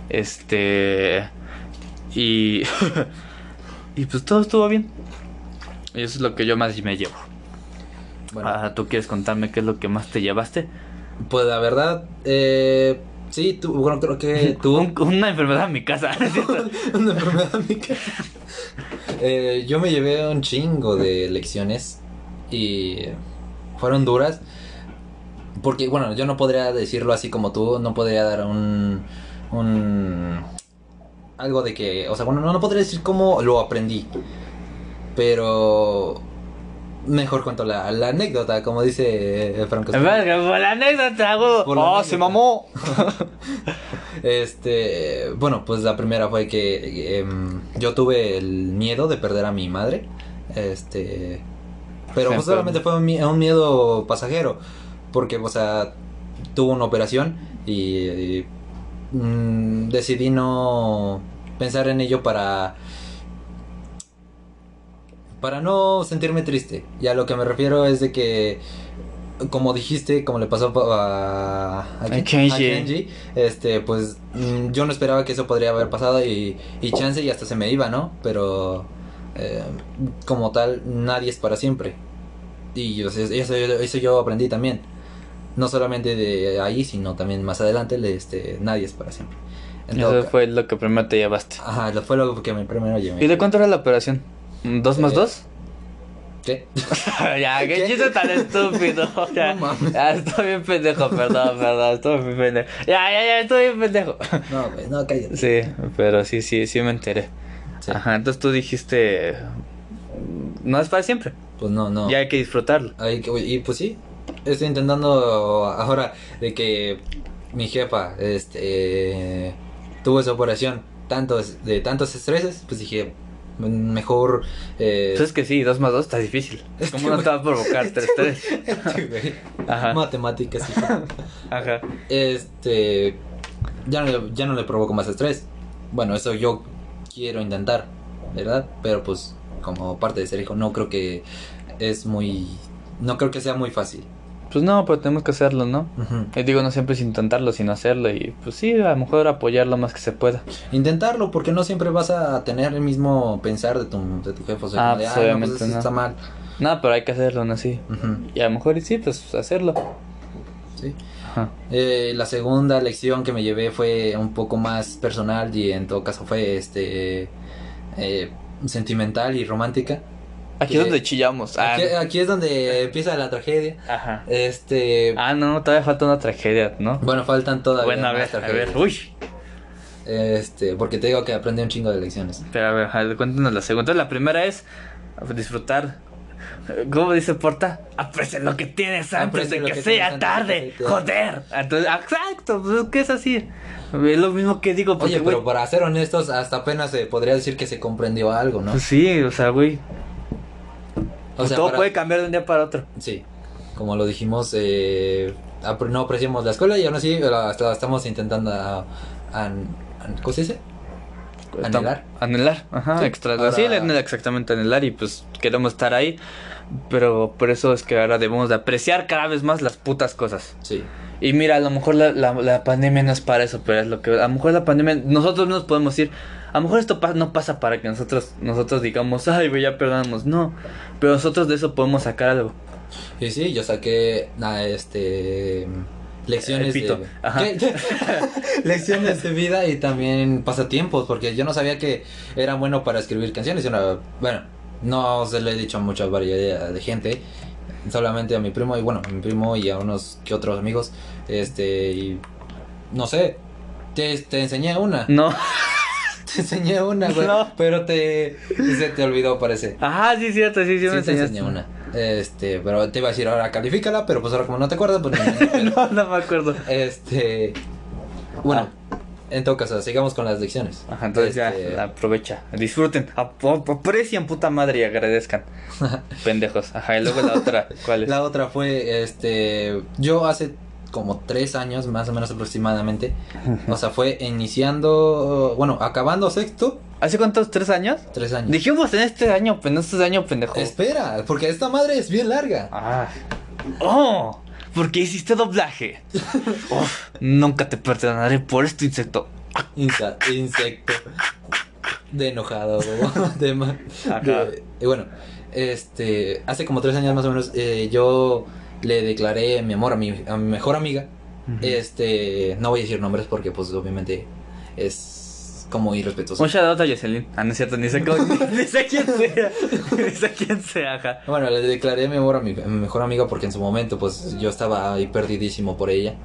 Y... y pues todo estuvo bien. Y eso es lo que yo más me llevo. Bueno, ¿Tú quieres contarme qué es lo que más te llevaste? pues la verdad, sí, bueno, creo que tú... Una enfermedad en mi casa. Una enfermedad en mi casa. Yo me llevé un chingo de lecciones y fueron duras. Porque, bueno, yo no podría decirlo así como tú, no podría dar algo de que, o sea, bueno, no podría decir cómo lo aprendí, pero mejor cuento la anécdota, como dice Franco. Por la anécdota, güey. Por la anécdota. Se mamó. Bueno, pues la primera fue que yo tuve el miedo de perder a mi madre. Pero pues solamente fue un miedo pasajero. Porque, o sea, tuvo una operación y decidí no pensar en ello para no sentirme triste. Y a lo que me refiero es de que, como dijiste, como le pasó a Kenji, pues yo no esperaba que eso podría haber pasado y chance y hasta se me iba, ¿no? Pero como tal, nadie es para siempre. Y eso yo aprendí también. No solamente de ahí, sino también más adelante, nadie es para siempre. Eso fue lo que primero te llevaste. Ajá, fue lo que primero llevé. ¿Y de cuánto era la operación? ¿2 más 2? ¿Qué? Ya, qué chiste tan estúpido. Ya, No mames. ya, estoy bien pendejo, perdón, estoy bien pendejo. Ya, estoy bien pendejo. No, güey, no, cállate. Sí, pero sí me enteré. Sí. Ajá, entonces tú dijiste, no es para siempre. Pues no. Ya hay que disfrutarlo. Y pues sí, estoy intentando ahora de que mi jefa tuvo esa operación de tantos estreses, pues dije, mejor Entonces que sí, 2 más 2 está difícil. ¿Cómo no te va a provocar 3? güey, Ajá. matemáticas. Ajá. Ya no le provoco más estrés. Bueno, eso yo quiero intentar, ¿verdad? Pero pues como parte de ser hijo no creo que sea muy fácil. Pues no, pero tenemos que hacerlo, ¿no? Uh-huh. Y digo, no siempre es intentarlo, sino hacerlo. Y pues sí, a lo mejor apoyar lo más que se pueda. Intentarlo, porque no siempre vas a tener el mismo pensar de tu jefe. O sea, como de, pues obviamente no, pues no. Está mal. No, pero hay que hacerlo, ¿no? Sí. Uh-huh. Y a lo mejor sí, pues hacerlo. Sí. Ajá. La segunda lección que me llevé fue un poco más personal y en todo caso fue sentimental y romántica. Aquí es donde chillamos. Aquí es donde empieza la tragedia. Ajá. No, todavía falta una tragedia, ¿no? Bueno, faltan todavía. Bueno, a más ver, tragedias. uy. Porque te digo que aprendí un chingo de lecciones. Pero a ver, cuéntanos la segunda. La primera es disfrutar ¿Cómo dice Porta? Aprecia lo que tienes antes Aprecia de lo que que sea tienes tarde. antes de que sea Joder. Entonces, exacto, pues es que es así. Es lo mismo que digo. Porque, Oye, pero güey, para ser honestos, hasta apenas se podría decir que se comprendió algo, ¿no? pues sí, o sea, güey. O sea, Todo para... puede cambiar de un día para otro. Sí, como lo dijimos, no apreciamos la escuela y aún así la estamos intentando ¿cómo se dice? Anhelar. Anhelar, ajá, Sí, extra. ahora- Sí, exactamente anhelar y pues queremos estar ahí. Pero por eso es que ahora debemos de apreciar cada vez más las putas cosas. Sí, Y mira, a lo mejor la pandemia no es para eso, pero es lo que... A lo mejor la pandemia, nosotros nos podemos decir, a lo mejor esto no pasa para que nosotros digamos, ay, güey, ya perdonamos. No, pero nosotros de eso podemos sacar algo. sí, yo saqué, lecciones El pito. de... Ajá. ¿Qué? Lecciones de vida y también pasatiempos, porque yo no sabía que era bueno para escribir canciones. Bueno, no se lo he dicho a mucha variedad de gente, solamente a mi primo y a unos que otros amigos, y no sé, te enseñé una. No. Te enseñé una, güey, No. pero se te olvidó, parece. Ajá, sí, cierto, sí, Sí, me te enseñaste. enseñé una. Pero te iba a decir ahora califícala, pero pues ahora como no te acuerdas, pues No, no me acuerdo. bueno, en todo caso, sigamos con las lecciones. Ajá, entonces ya, aprovecha, disfruten, aprecien puta madre y agradezcan. Pendejos. Ajá, y luego la otra, ¿cuál es? La otra fue, yo hace como 3 años, más o menos aproximadamente, o sea, fue acabando sexto, ¿Hace cuántos? ¿3 años? 3 años. Dijimos en este año, pendejo. Espera, porque esta madre es bien larga. Ah. Oh, porque hiciste doblaje. Uf, nunca te perdonaré por este insecto. Insecto. De enojado, Ajá. y bueno, hace como 3 años más o menos, yo le declaré mi amor a mi mejor amiga. Ujú. No voy a decir nombres porque pues obviamente es como irrespetuoso. Un shout out a Jocelyn. Ah, no es cierto, ni sé quién sea. Ni sé quién sea, ajá. Bueno, le declaré mi amor a mi mejor amiga porque en su momento pues yo estaba ahí perdidísimo por ella.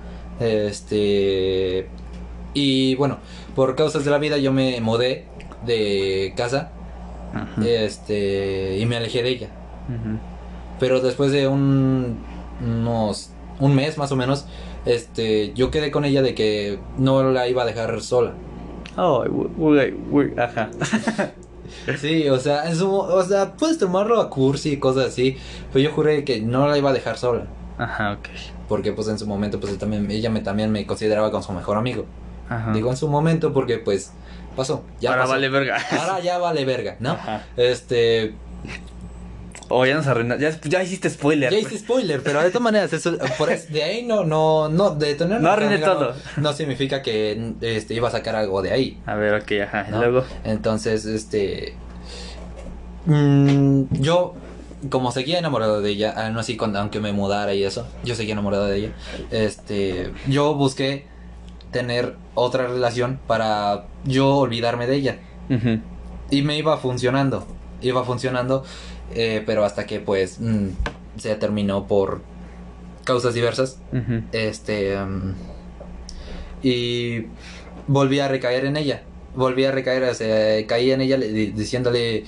Y bueno, por causas de la vida yo me mudé de casa. Ujú. Y me alejé de ella. Ujú. Pero después de un mes más o menos, yo quedé con ella de que no la iba a dejar sola. Oh, ajá. Sí, o sea, puedes tomarlo a cursi y cosas así, pero yo juré que no la iba a dejar sola, Ajá, ok. porque pues en su momento pues ella también me consideraba como su mejor amigo. Ajá. Digo en su momento porque pues pasó, ya Ahora pasó. vale verga. Ahora ya vale verga, ¿no? Ajá. Oh, ya nos arruinaste. Ya hiciste spoiler. Ya hice spoiler, pero de todas maneras, de ahí de tener No arruiné amiga todo. No significa que iba a sacar algo de ahí, A ver, ok, ajá. ¿no? Luego. Entonces, yo, como seguía enamorado de ella, no así aunque me mudara y eso, yo seguía enamorado de ella. Yo busqué tener otra relación para yo olvidarme de ella. Ujú. Y me iba funcionando, pero hasta que pues se terminó por causas diversas. Ujú. Y volví a recaer en ella. O sea, caí en ella diciéndole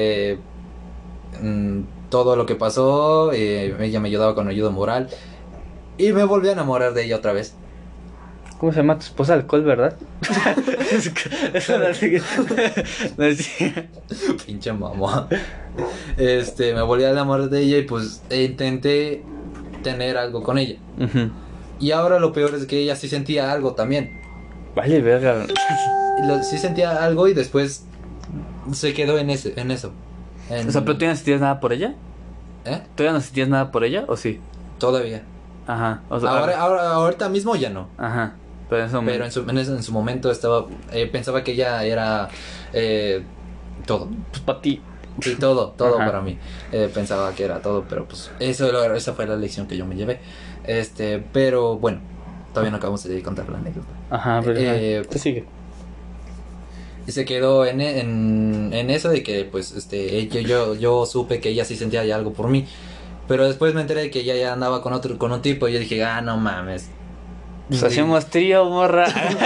todo lo que pasó. Ella me ayudaba con ayuda moral. Y me volví a enamorar de ella otra vez. ¿Cómo se llama tu esposa? Alcohol, ¿verdad? Eso no es Pinche mamá. Me volví a enamorar de ella y pues intenté tener algo con ella. Ujú. Y ahora lo peor es que ella sí sentía algo también. Vale, verga. Sí sentía algo y después se quedó en eso. O sea, pero ¿tú ya no sentías nada por ella? ¿Eh? ¿Tú ya no sentías nada por ella o sí? Todavía. Ajá. O sea, Ahorita mismo ya no. Ajá. Pero en ese momento. Pero en su momento pensaba que ella era todo. Pues para ti. Sí, todo Ajá. para mí. Pensaba que era todo, pero pues esa fue la lección que yo me llevé. Pero bueno, todavía no acabamos de contar la anécdota. Ajá, pero. Te sigue. Y se quedó en eso de que pues yo supe que ella sí sentía ya algo por mí. Pero después me enteré de que ella ya andaba con un tipo y yo dije, no mames. Pues hacemos trío, morra.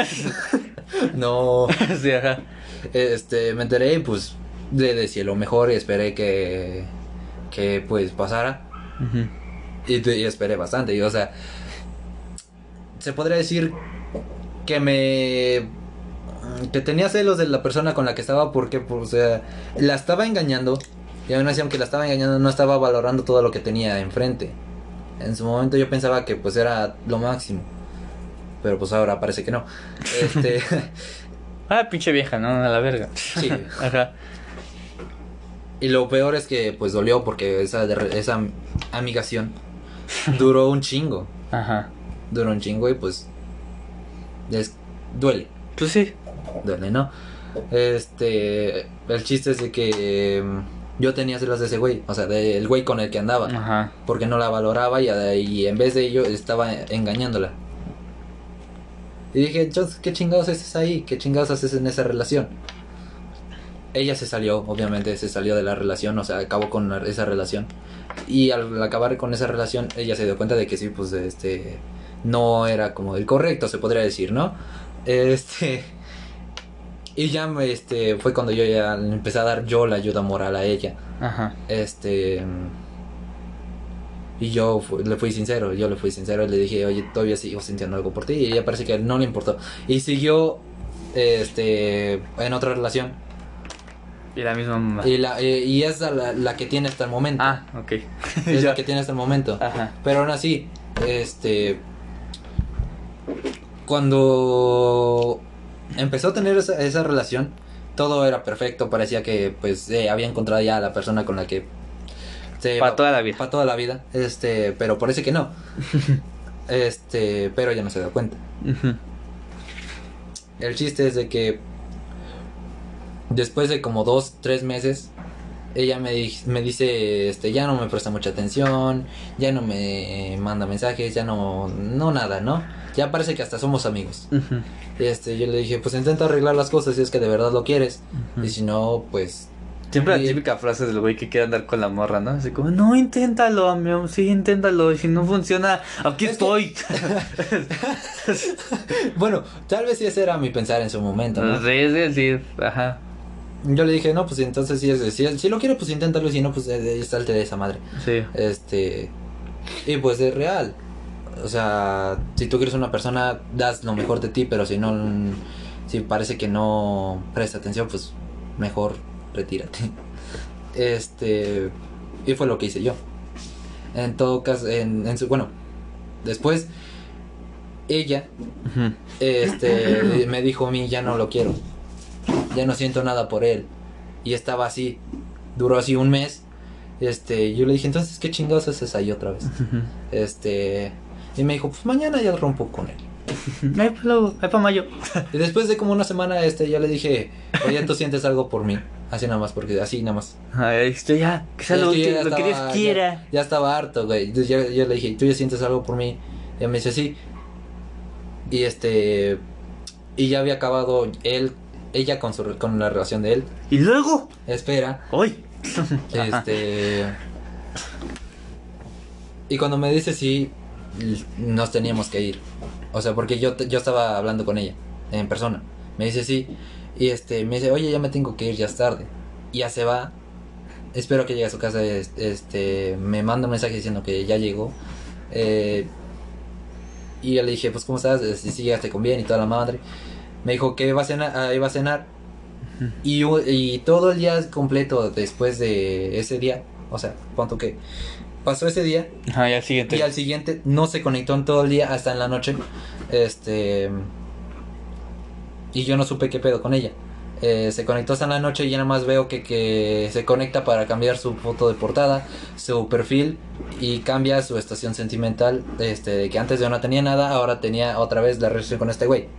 No. Sí, ajá. Me enteré y pues le deseé lo mejor y esperé que pues pasara. Ujú. Y esperé bastante. Y, o sea, se podría decir que que tenía celos de la persona con la que estaba porque, pues, o sea, la estaba engañando. Y aún así, aunque la estaba engañando, no estaba valorando todo lo que tenía enfrente. En su momento yo pensaba que pues era lo máximo. Pero pues ahora parece que no. Este, Ah, pinche vieja, no, a la verga. sí. Ajá. Y lo peor es que pues dolió porque esa amigación duró un chingo. Ajá. Duró un chingo y pues duele. Pues sí. Duele, ¿no? El chiste es de que yo tenía celos de ese güey, o sea, del güey con el que andaba, Ajá. porque no la valoraba y en vez de ello estaba engañándola. Y dije, ¿qué chingados haces ahí? ¿Qué chingados haces en esa relación? Ella se salió, obviamente se salió de la relación, o sea, acabó con esa relación. Y al acabar con esa relación, ella se dio cuenta de que sí, pues, no era como el correcto, se podría decir, ¿no? Y ya, fue cuando yo ya empecé a dar yo la ayuda moral a ella. Ajá. Y le fui sincero, y le dije, oye, todavía sigo sintiendo algo por ti. Y ella parece que no le importó. Y siguió, en otra relación. Y la misma mamá. Y es la que tiene hasta el momento. Ah, ok. Es la que tiene hasta el momento. Ajá. Pero aún así, cuando empezó a tener esa relación, todo era perfecto. Parecía que pues había encontrado ya a la persona con la que Para toda la vida. Para toda la vida. Pero parece que no. Pero ella no se da cuenta. Ujú. El chiste es de que después de como 2-3 meses, ella me dice, ya no me presta mucha atención, ya no me manda mensajes, ya no nada, ¿no? Ya parece que hasta somos amigos. Ujú. Yo le dije, pues intenta arreglar las cosas si es que de verdad lo quieres. Ujú. Y si no, pues... Siempre la Y- típica frase del güey que quiere andar con la morra, ¿no? Así como, no, inténtalo, amigo, sí, inténtalo. Y si no funciona, aquí Es que- estoy. Bueno, tal vez sí ese era mi pensar en su momento, ¿no? Sí, ajá. Yo le dije, no, pues entonces si lo quiere, pues inténtalo. Y si no, pues salte de esa madre. Sí. Y pues es real. O sea, si tú quieres una persona, das lo mejor de ti, pero si no, si parece que no presta atención, pues mejor retírate. Y fue lo que hice yo. En todo caso, bueno, después ella, Ujú. me dijo a mí, ya no lo quiero, ya no siento nada por él. Y estaba así, duró así un mes. Yo le dije, entonces, ¿qué chingados haces ahí otra vez? Ujú. Y me dijo, pues mañana ya rompo con él. Ay, pues luego, ay, para mayo. Y después de como una semana, yo le dije, oye, ¿tú sientes algo por mí? Así nada más, porque así nada más. Ay, esto ya, que sea Es lo que yo ya que Dios estaba- quiera. Ya estaba harto, güey. Entonces yo le dije, ¿tú ya sientes algo por mí? Y ella me dice, sí. Y y ya había acabado ella con la relación de él. Y luego, Espera. hoy. Y cuando me dice sí, nos teníamos que ir. O sea, porque yo estaba hablando con ella en persona. Me dice sí. Y me dice, oye, ya me tengo que ir, ya es tarde. Y ya se va. Espero que llegue a su casa. Me manda un mensaje diciendo que ya llegó. Y yo le dije, pues, ¿cómo estás? Si llegaste con bien y toda la madre. Me dijo que iba a cenar. Y todo el día completo después de ese día, o sea, cuánto que pasó ese día Ajá, ya el siguiente. y al siguiente no se conectó en todo el día hasta en la noche. Y yo no supe qué pedo con ella. Se conectó hasta en la noche y ya nada más veo que se conecta para cambiar su foto de portada, su perfil y cambia su estación sentimental, de que antes ya no tenía nada, ahora tenía otra vez la relación con este güey.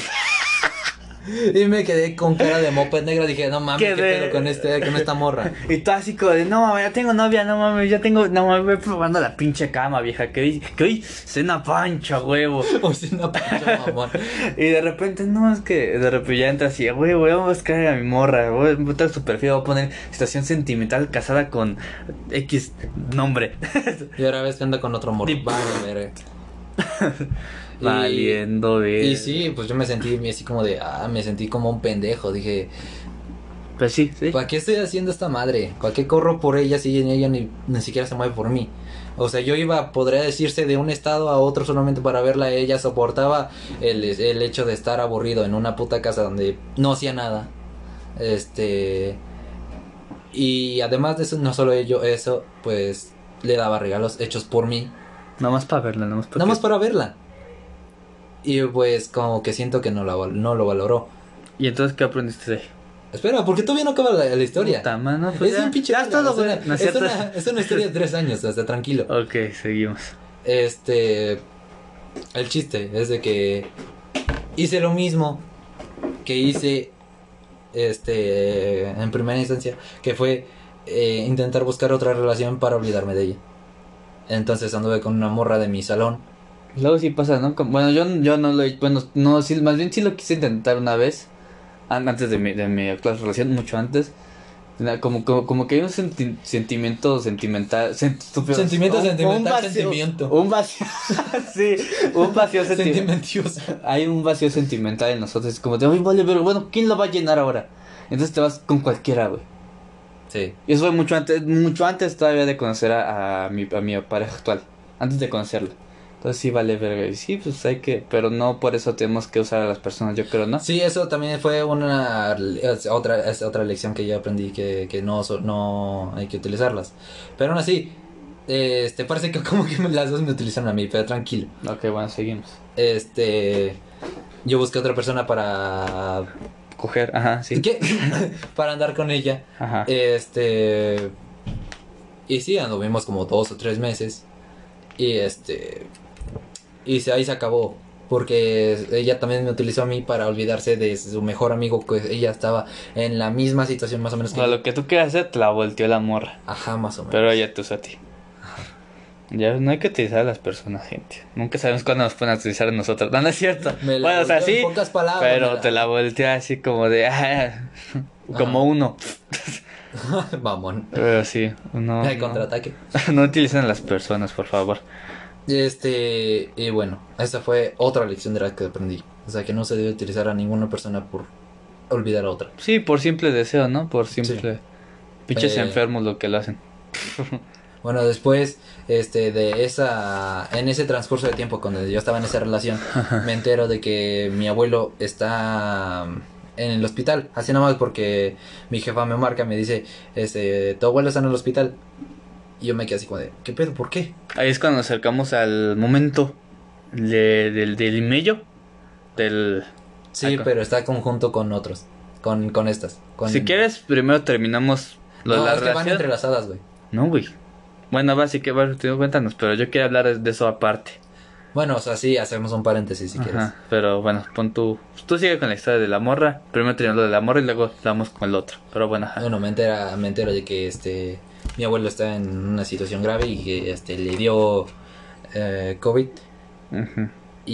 Y me quedé con cara de moped negra. Dije, no mames, ¿qué pedo con esta morra? Y tú así como de, no mames, ya tengo novia, no mames, no mames, voy probando la pinche cama, vieja, que hoy cena pancha, huevo. O sea, una pinche mamón. Y de repente, no, es que de repente ya entra así, güey, voy a buscar a mi morra, voy a botar su perfil, voy a poner situación sentimental casada con X nombre. Y ahora ves que anda con otro morro. Vale, verga. Valiendo, Y sí, pues yo me sentí así como me sentí como un pendejo. Dije, Pues sí, sí. ¿Para qué estoy haciendo esta madre? ¿Para qué corro por ella si ella ni siquiera se mueve por mí? O sea, yo iba, podría decirse, de un estado a otro solamente para verla. Ella soportaba el hecho de estar aburrido en una puta casa donde no hacía nada. Y además de eso, no solo eso, pues le daba regalos hechos por mí. Nada más para verla, Nada más para verla. Y pues como que siento que no lo valoró. ¿Y entonces qué aprendiste de ahí? Espera, porque todavía no acaba la historia. Puta, mano, pues Es ya, un pinche. ya es todo, güey. No es cierto. Es una historia de 3 años, hasta tranquilo. Ok, seguimos. El chiste es de que hice lo mismo que hice en primera instancia, que fue intentar buscar otra relación para olvidarme de ella. Entonces anduve con una morra de mi salón. Luego sí pasa, ¿no? Bueno, yo no lo he... Bueno, no, sí, más bien sí lo quise intentar una vez. Antes de mi actual relación, mucho antes. Como que hay un sentimiento sentimental. Sentimiento sentimental, sentimiento. Un vacío. Sí, un vacío sentimentioso. Hay un vacío sentimental en nosotros. Es como de, oye, vale, pero bueno, ¿quién lo va a llenar ahora? Entonces te vas con cualquiera, güey. Sí. Y eso fue mucho antes todavía de conocer a mi pareja actual. Antes de conocerla. Entonces sí vale verga. Y sí, pues hay que... Pero no por eso tenemos que usar a las personas, yo creo, ¿no? Sí, eso también fue otra lección que yo aprendí, que no hay que utilizarlas. Pero aún así, parece que como que las dos me utilizaron a mí, pero tranquilo. Ok, bueno, seguimos. Yo busqué otra persona para... Coger, ajá, sí. ¿Qué? Para andar con ella. Ajá. Y sí, anduvimos como 2 o 3 meses. Y ahí se acabó. Porque ella también me utilizó a mí para olvidarse de su mejor amigo, que ella estaba en la misma situación más o menos que O sea, yo. lo que tú quieras hacer te la volteó la morra. Ajá, más o menos. Pero ella te usó a ti. Ya no hay que utilizar a las personas, gente. Nunca sabemos cuándo nos pueden utilizar a nosotros. No, no es cierto. Bueno, o sea, sí. En pocas palabras, Pero te la volteó así como de... como uno. Mamón. Pero sí. No, Hay contraataque. No utilicen a las personas, por favor. Y bueno, esa fue otra lección de la que aprendí. O sea, que no se debe utilizar a ninguna persona por olvidar a otra. Sí, por simple deseo, ¿no? Por simple... Sí. Pinches enfermos lo que lo hacen. Bueno, después en ese transcurso de tiempo cuando yo estaba en esa relación, me entero de que mi abuelo está en el hospital. Así nada más porque mi jefa me marca, me dice, tu abuelo está en el hospital. Y yo me quedé así como de, ¿qué pedo? ¿Por qué? Ahí es cuando nos acercamos al momento del email. Sí, pero está conjunto con otros, con estas. Si quieres, primero terminamos No, de la es que van relación. entrelazadas, güey. No, güey. Bueno, cuéntanos, pero yo quiero hablar de eso aparte. Bueno, o sea, sí, hacemos un paréntesis si quieres. Pero bueno, tú sigue con la historia de la morra. Primero terminamos lo de la morra y luego vamos con el otro. Pero bueno, ajá. Bueno, me entero de que mi abuelo está en una situación grave y que le dio COVID. Ujú.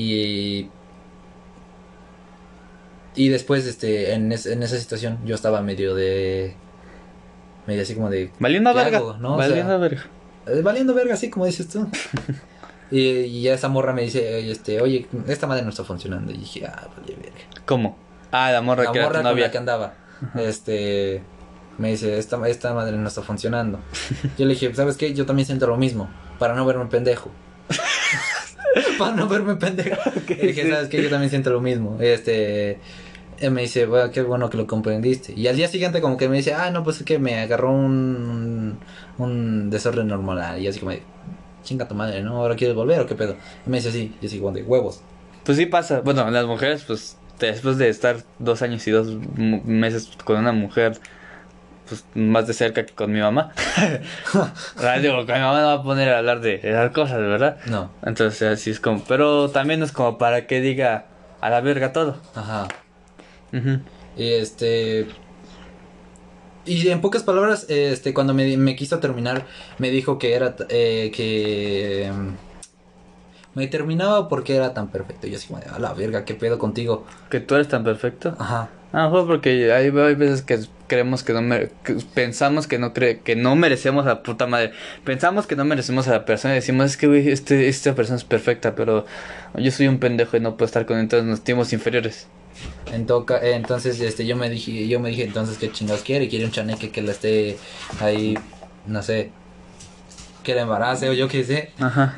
Y después en esa situación yo estaba medio así como de Valiendo ¿qué verga. hago, no? Valiendo O sea, verga. valiendo verga, así como dices tú. y ya esa morra me dice, oye, esta madre no está funcionando. Y dije, vale verga. ¿Cómo? La morra La que era morra tu con novia. la que andaba. Me dice, esta madre no está funcionando. Yo le dije, ¿sabes qué? Yo también siento lo mismo, para no verme pendejo. Para no verme pendejo. Okay, Le dije, ¿sabes qué? Yo también siento lo mismo. Él me dice, bueno, qué bueno que lo comprendiste. Y al día siguiente como que me dice, no, pues es que me agarró un desorden hormonal. Y así como, chinga tu madre, ¿no? ¿Ahora quieres volver o qué pedo? Y me dice así, y así como de huevos. Pues sí pasa. Bueno, las mujeres, pues después de estar 2 años y 2 meses con una mujer, pues más de cerca que con mi mamá. Digo, con mi mamá no va a poner a hablar de esas cosas, ¿verdad? No. Entonces así es como, pero también es como para que diga a la verga todo. Ajá. Uh-huh. Y en pocas palabras, cuando me quiso terminar, me dijo que era que me terminaba porque era tan perfecto. Y yo así como, a la verga, ¿qué pedo contigo? Que tú eres tan perfecto. Ajá. Fue porque hay veces que creemos que que pensamos que no merecemos a la puta madre. Pensamos que no merecemos a la persona y decimos, es que güey, esta persona es perfecta, pero yo soy un pendejo y no puedo estar con él, entonces nos sentimos inferiores. Entonces, yo me dije, entonces, ¿qué chingados quiere? Quiere un chaneque que la esté ahí, no sé, que la embarace o yo qué sé. Ajá.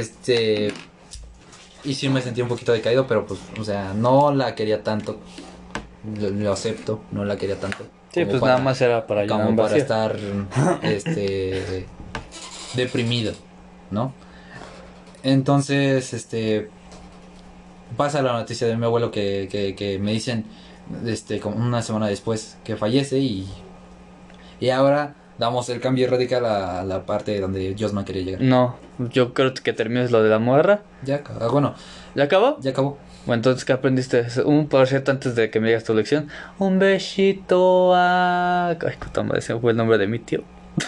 Y sí me sentí un poquito decaído, pero pues, o sea, no la quería tanto. Lo acepto, no la quería tanto. Sí, como pues para, nada más era para llenar como un para vacío. estar, deprimido, ¿no? Entonces, pasa la noticia de mi abuelo que me dicen, como una semana después que fallece y ahora damos el cambio radical a la parte donde Dios no quería llegar. No, yo creo que termines lo de la morra. Bueno, ¿Ya acabó? ya acabó. Bueno, entonces, ¿qué aprendiste? Por cierto, antes de que me digas tu lección, un besito a... Ay, puta madre, ese fue el nombre de mi tío.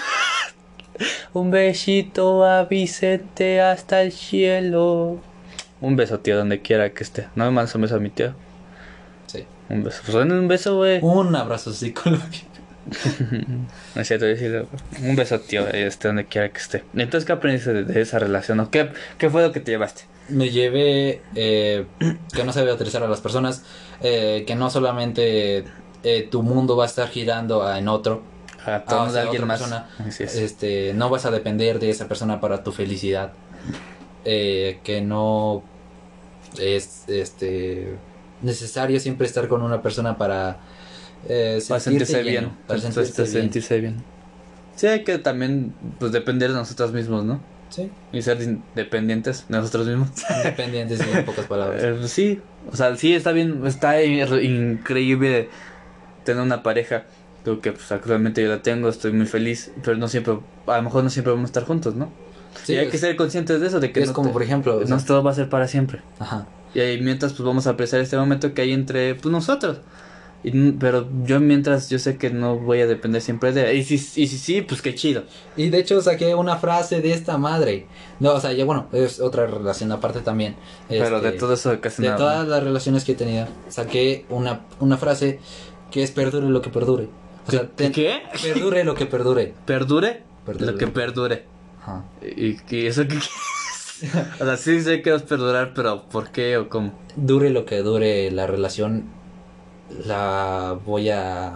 Un besito a Vicente hasta el cielo. Un beso, tío, donde quiera que esté. No me mandas un beso a mi tío. Sí. Un beso. Pues dale un beso, güey. Un abrazo psicológico. No es cierto, decirle un beso, tío, donde quiera que esté. Entonces, ¿qué aprendiste de esa relación? ¿O qué fue lo que te llevaste? Me llevé que no sabe utilizar a las personas, que no solamente tu mundo va a estar girando en otro, A tono de hacia alguien otra más. persona, Así es. no vas a depender de esa persona para tu felicidad, que no es necesario siempre estar con una persona para Para sentirse bien. para sentirse bien. Sentirse bien. Sí, hay que también pues depender de nosotros mismos, ¿no? Sí, Y ser independientes de nosotros mismos. independientes en pocas palabras. Pues sí, o sea, sí está bien, está increíble tener una pareja. Creo que pues actualmente yo la tengo, estoy muy feliz, pero no siempre, a lo mejor no siempre vamos a estar juntos, ¿no? Sí, y hay que ser conscientes de eso, de que es como por ejemplo, o sea, no todo va a ser para siempre. ajá. Y ahí mientras pues vamos a apreciar este momento que hay entre pues nosotros. Pero yo mientras yo sé que no voy a depender siempre de él. Y si sí, pues qué chido. Y de hecho saqué una frase de esta madre. No, o sea, ya bueno, es otra relación aparte también. Pero de todo eso casi de nada. todas las relaciones que he tenido, saqué una frase que es perdure lo que perdure. O sea, ¿Qué? Perdure lo que perdure. ¿Perdure? Perdure. Lo que perdure. Ajá. ¿Y eso qué? O sea, sí sé que vas a perdurar, pero ¿por qué o cómo? Dure lo que dure la relación, la voy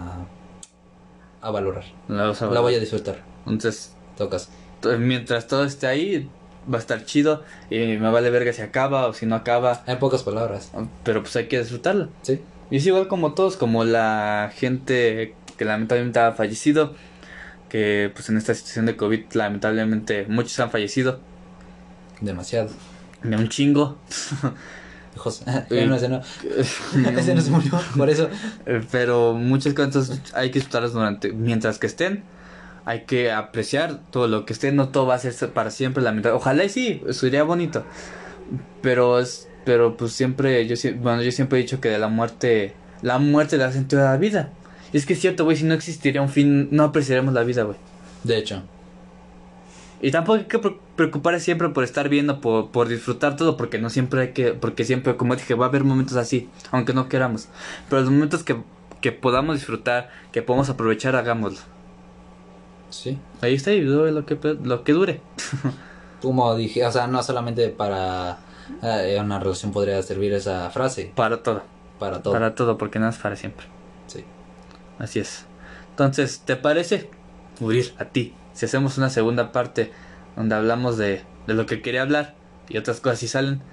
a valorar. La voy a disfrutar. Entonces, Tocas. mientras todo esté ahí, va a estar chido. Y me vale verga si acaba o si no acaba. En pocas palabras. Pero pues hay que disfrutarlo. Sí. Y es igual como todos, como la gente que lamentablemente ha fallecido. Que pues en esta situación de COVID, lamentablemente muchos han fallecido. Demasiado. De un chingo. José. No, ese no. Ese no se murió. Por eso. Pero muchas cosas hay que disfrutarlas mientras que estén. Hay que apreciar todo lo que esté. No todo va a ser para siempre, lamentable. Ojalá y sí, sería bonito. Pero pues siempre, yo siempre he dicho que de la muerte le da sentido a la vida. Y es que es cierto, güey, si no existiría un fin, no apreciaríamos la vida, güey. De hecho. Y tampoco hay que preocuparse siempre por estar viendo, por disfrutar todo, porque no siempre hay que, porque siempre, como dije, va a haber momentos así, aunque no queramos. Pero los momentos que podamos disfrutar, que podamos aprovechar, hagámoslo. Sí. Ahí está, y dure lo que dure. Como dije, o sea, no solamente para una relación podría servir esa frase. Para todo. Para todo. Para todo, porque nada es para siempre. Sí. Así es. Entonces, ¿te parece? Morir a ti. Si hacemos una segunda parte donde hablamos de lo que quería hablar y otras cosas si salen,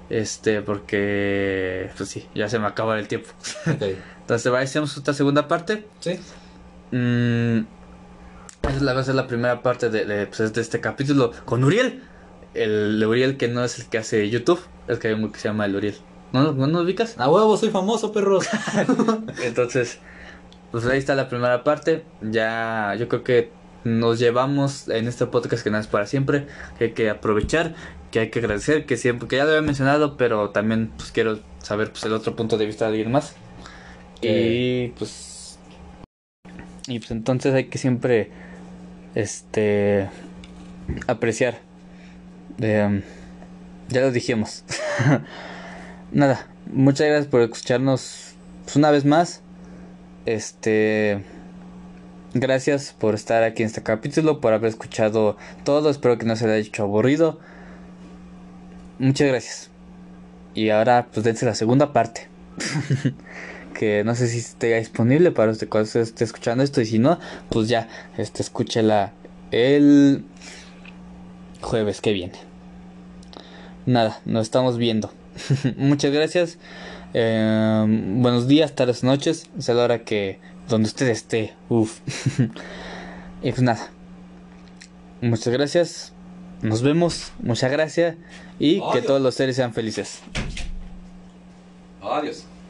porque pues sí, ya se me acaba el tiempo. Ok. Entonces, hacemos otra segunda parte. Sí. Esa va a ser la primera parte de este capítulo con Uriel. El Uriel que no es el que hace YouTube, es que hay uno que se llama el Uriel. ¿No lo ubicas? A huevo, soy famoso, perros. Entonces, pues ahí está la primera parte. Ya yo creo que nos llevamos en este podcast que no es para siempre, que hay que aprovechar, que hay que agradecer, que siempre, que ya lo había mencionado, pero también pues quiero saber pues el otro punto de vista de alguien más. Y pues entonces hay que siempre apreciar. Ya lo dijimos. Nada, muchas gracias por escucharnos pues, una vez más. Gracias por estar aquí en este capítulo, por haber escuchado todo. Espero que no se haya hecho aburrido. Muchas gracias. Y ahora pues dense la segunda parte. Que no sé si esté disponible para usted cuando usted esté escuchando esto. Y si no, pues ya, escúchela el jueves que viene. Nada, nos estamos viendo. Muchas gracias. Buenos días, tardes, noches. Es la hora que donde usted esté. Uf. Y pues nada. Muchas gracias. Nos vemos. Muchas gracias. Y que Adiós. todos los seres sean felices. Adiós.